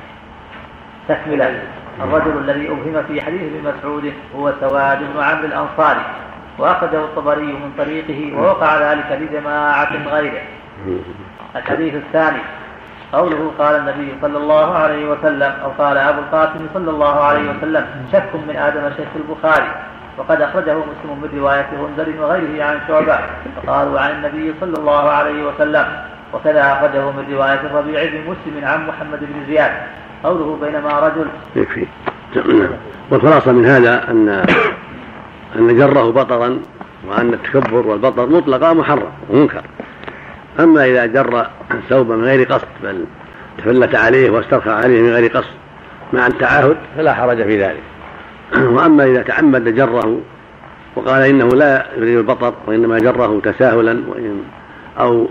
تكملة: الرجل الذي أبهم في حديث ابن مسعود هو سواد بن عمرو الأنصاري، وأخذه الطبري من طريقه، ووقع ذلك لجماعة غيره. الحديث الثاني: قوله قال النبي صلى الله عليه وسلم، أو قال أبو القاسم صلى الله عليه وسلم: شك من آدم شيخ البخاري. وقد أخرجه مسلم من رواية غندر وغيره عن شعبة فقالوا عن النبي صلى الله عليه وسلم. وكذا أخرجه من رواية الربيع بن مسلم عن محمد بن زياد. قوله بينما رجل
يكفي. والخلاصة من هذا أن جره بطرا، وأن التكبر والبطر مطلقا محرم ومنكر. أما إذا جر ثوبا من غير قصد بل تفلت عليه واسترخى عليه من غير قصد مع التعاهد فلا حرج في ذلك. وأما إذا تعمد جره وقال إنه لا يريد البطر وإنما جره تساهلا أو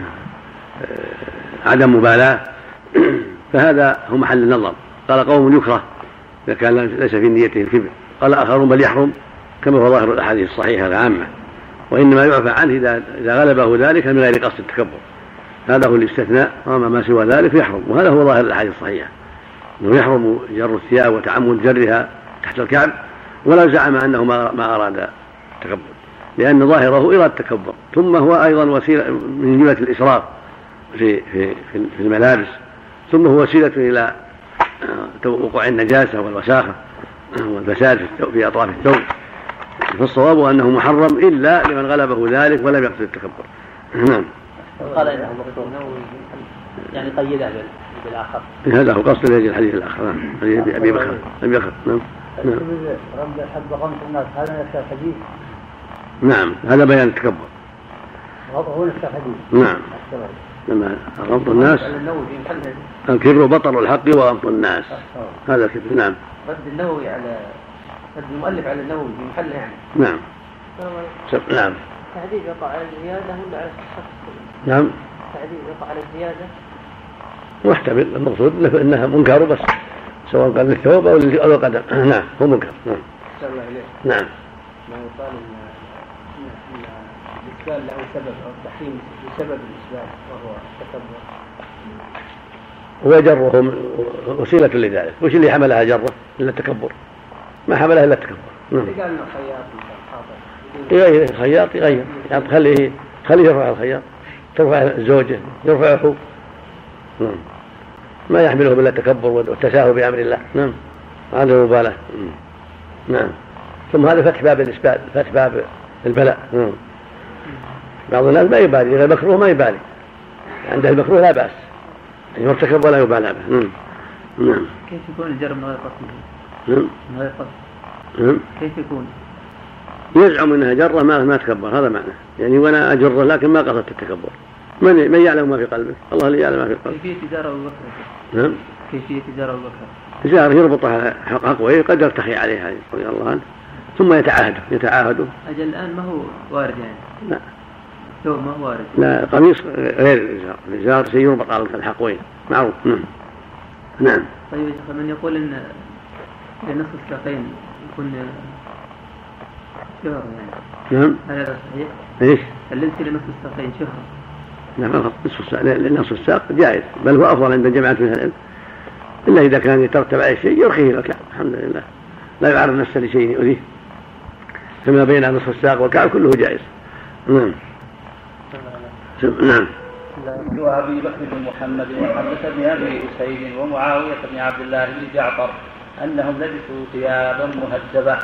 عدم مبالاة فهذا هو محل النظر. قال قوم يكره إذا كان ليس في نيته الكبر، قال آخرون بل يحرم كما هو ظاهر الأحاديث الصحيحة العامة، وإنما يعفى عنه إذا غلبه ذلك من غير قصد التكبر. هذا هو الاستثناء، وما ما سوى ذلك يحرم. وهذا هو ظاهر الأحاديث الصحيحة أنه يحرم جر الثياب وتعمد جرها تحت الكعب، ولا زعم أنه ما أراد التكبر، لأن ظاهره إرادة التكبر. ثم هو أيضا وسيلة من جملة الإسراف في الملابس، ثم هو وسيلة إلى وقوع النجاسة والوساخة والفساد في أطراف الثوب. فالصواب أنه محرم إلا لمن غلبه ذلك ولم يقصد التكبر. نعم.
قال إنه يعني قيده بالآخر.
هذا هو قصد الحديث الآخر. حديث أبي بكر. نعم.
رمز الحد غمط الناس هذا نفس الحديث.
نعم، هذا بيان التكبر.
هو نفس الحديث.
نعم. لما غمط الناس الكبر بطر الحق وغمط الناس. هذا الكبر. نعم.
رد النووي على رد المؤلف على النووي في محله يعني.
نعم. نعم.
تعديل يقع على الزيادة ولا على الشخص؟
نعم.
تعديل يقع على الزيادة.
محتمل، المقصود انها منكر بس، سواء قال للثوب او القدم. نعم هو منكر. نعم. نعم.
ما يقال ان الاسبال له سبب او التحريم بسبب الاسبال وهو التكبر.
وجره وسيلة لذلك، وش اللي حملها جره الا التكبر؟ ما حملها الا التكبر.
قال انه خياط
يغير الخياط، يغير يعني خليه يرفع الخياط، ترفع الزوجة، يرفعه. ما يحمله الا التكبر والتساهل بأمر الله. نعم. هذا مبالغة. نعم. ثم هذا فتح باب الإسبال، فتح باب البلاء. بعض الناس ما يبالي، إذا المكروه ما يبالي، عنده المكروه لا بأس، يرتكب ولا يبالى به. نعم.
كيف يكون الجر من غير قصد؟ من غير قصد. كيف يكون؟
يزعم انها جره ما تكبر، هذا معنى يعني وانا اجره لكن ما قصدت التكبر. من يعلم ما في قلبه؟ الله اللي يعلم ما في قلبه.
كيفية إزار أبو بكر؟
نعم.
كيفية إزار أبو بكر؟
إزار يربطها حقوه قد يرتخي عليها رضي الله عنه، ثم يتعاهده.
أجل الآن ما هو وارد يعني؟
لا.
ثوب ما هو وارد.
لا، قميص غير الإزار، الإزار شيء يربط على الحقوين معروف. نعم.
طيب يا شيخ، من يقول إن نصف الساقين يكون شهر يعني.
نعم.
هذا صحيح؟
ايش؟
اللبس لنصف الساقين شهر.
نعم، نصف الساق جائز، بل هو افضل عند جماعة من العلم، الا اذا كان يترتب عليه شيء يرخيه لك. الحمد لله، لا يعرض نفسه لشيء يؤذيه، فيما بين نصف الساق والكعب كله جائز. نعم. نعم.
وابي بكر بن محمد وحمزة بن ابي اسيد ومعاوية بن عبد الله بن جعفر انهم لبسوا ثيابا مهذبة.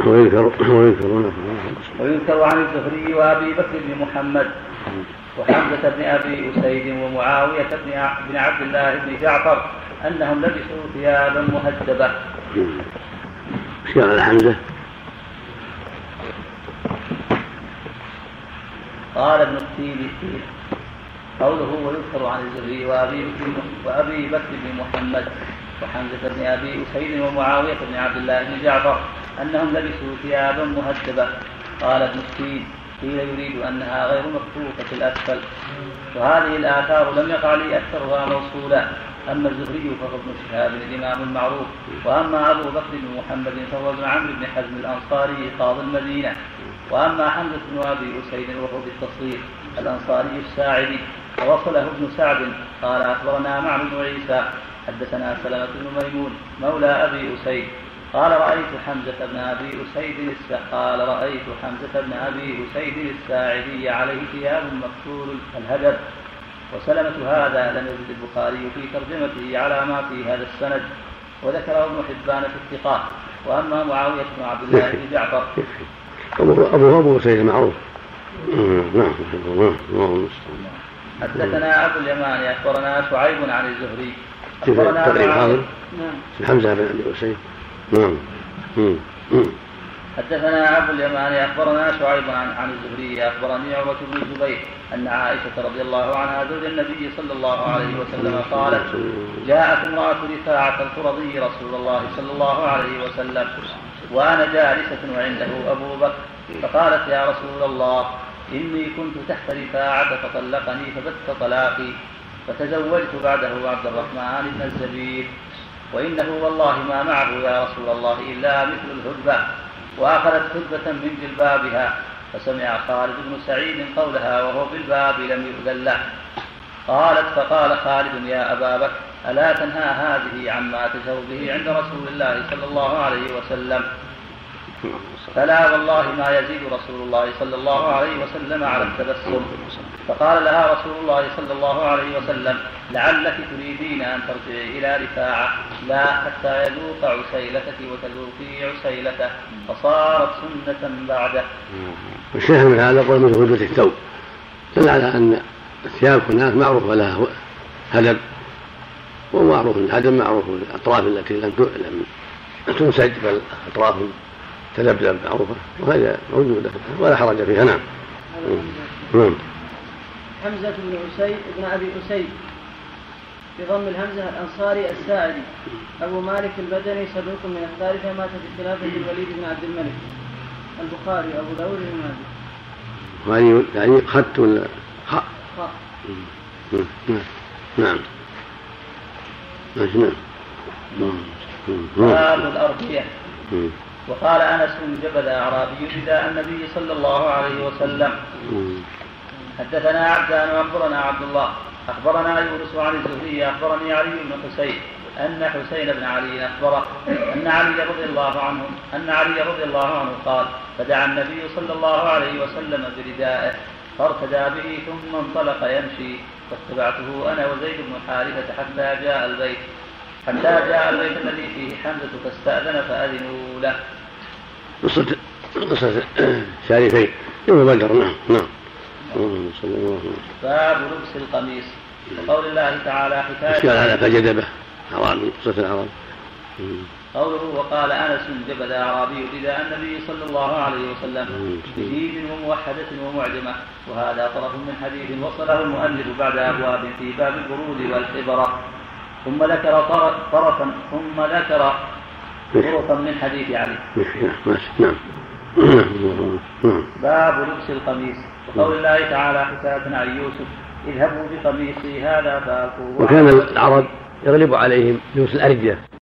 ويذكر عن الزهري وابي بكر بن محمد وحمزة بن ابي اسيد ومعاوية بن عبد الله بن جعفر انهم لبسوا ثيابا مهذبة.
ايش قال على حمزة؟
قال ابن السيري قوله ويذكر عن الزهري وابي بكر بن محمد وحمزة بن ابي اسيد ومعاوية بن عبد الله بن جعفر انهم لبسوا ثيابا مهذبة. قال ابن السيري قيل يريد انها غير مكفوفة الاسفل. وهذه الاثار لم يقع لي اكثرها موصولا. اما الزهري فهو ابن شهاب الامام المعروف، واما ابو بكر بن محمد فهو ابن عمرو بن حزم الانصاري قاضي المدينة، واما حمزة بن ابي اسيد وهو بالتصريف الانصاري الساعدي. ووصله ابن سعد قال اخبرنا معن بن عيسى حدثنا سلمة بن ميمون مولى ابي اسيد قال رأيت حمزة بن ابي اسيد الساعدي عليه ثياب مكسور الهدب. وسلمة هذا لم يزد البخاري في ترجمته على ما في هذا السند، وذكره ابن حبان في الثقات. واما معاوية بن عبد الله بن جعفر
ابو اسيد معروف. نعم.
حدثنا ابو اليمان اخبرنا شعيب عن الزهري
اخبرنا حمزة بن ابي اسيد. نعم.
حدثنا ابو اليمان اخبرنا شعيب عن الزهري اخبرني عروة بن الزبير ان عائشة رضي الله عنها زوج النبي صلى الله عليه وسلم قالت جاءت امرأة رفاعة القرظي رسول الله صلى الله عليه وسلم وانا جالسة وعنده ابو بكر، فقالت يا رسول الله إني كنت تحت رفاعة فطلقني فبت طلاقي، فتزوجت بعده عبد الرحمن بن الزبير، وإنه والله ما معه يا رسول الله إلا مثل الهدبة. وأخذت هدبة من جلبابها، فسمع خالد بن سعيد قولها وهو بالباب لم يؤذن له. قالت فقال خالد يا أبا بكر ألا تنهى هذه عما تشهر به عند رسول الله صلى الله عليه وسلم؟ فلا والله ما يزيد رسول الله صلى الله عليه وسلم على التبسم. فقال لها رسول الله صلى الله عليه وسلم لعلك تريدين أن ترجعي إلى رفاعة، لا حتى يذوق عسيلتك وتذوقي عسيلته، فصارت سنة بعده.
والشاهد من هذا قول من هدبة الثوب دل على أن الثياب هناك معروف لها هدب، ومعروف الهدب معروف الأطراف التي لم تنسج بل أطراف تلبلب معروفة، وهذا موجودة ولا حرج فيها. نعم.
حمزة بن أبي أسيد بضم الهمزة الأنصاري الساعدي أبو مالك البدني صدوق من الثالثة مات في خلافة الوليد بن عبد الملك. البخاري أبو داود بن ماجه.
يعني خط ولا خاء؟
خاء.
نعم.
باب الأرضية. وقال أنس جبل أعرابي فداء النبي صلى الله عليه وسلم. حدثنا عبدان وأخبرنا عبد الله أخبرنا يونس عن الزهري أخبرني علي بن حسين أن حسين بن علي أخبره أن علي رضي الله عنه قال: فدعا النبي صلى الله عليه وسلم بردائه فارتدى به ثم انطلق يمشي فاتبعته أنا وزيد بن حارثة حتى جاء البيت الذي فيه حمزة فاستأذن فأذنوا له.
قصة شارفين يوم بدر. نعم.
باب لبس القميص. وقول الله تعالى
حكاية على فجدبه أعرابي قصة الأعراب.
قوله: وقال أنس جبل أعرابي فداء النبي صلى الله عليه وسلم بجيد وموحدة ومعجمة. وهذا طرف من حديث وصله المؤلف بعد أبواب في باب البرود والحبرة، ثم ذكر طرفا من حديث علي. باب لبس القميص. وقول الله تعالى حكاية عن يوسف: اذهبوا بقميصي هذا فألقوه.
وكان العرب يغلب عليهم لبس الأرجة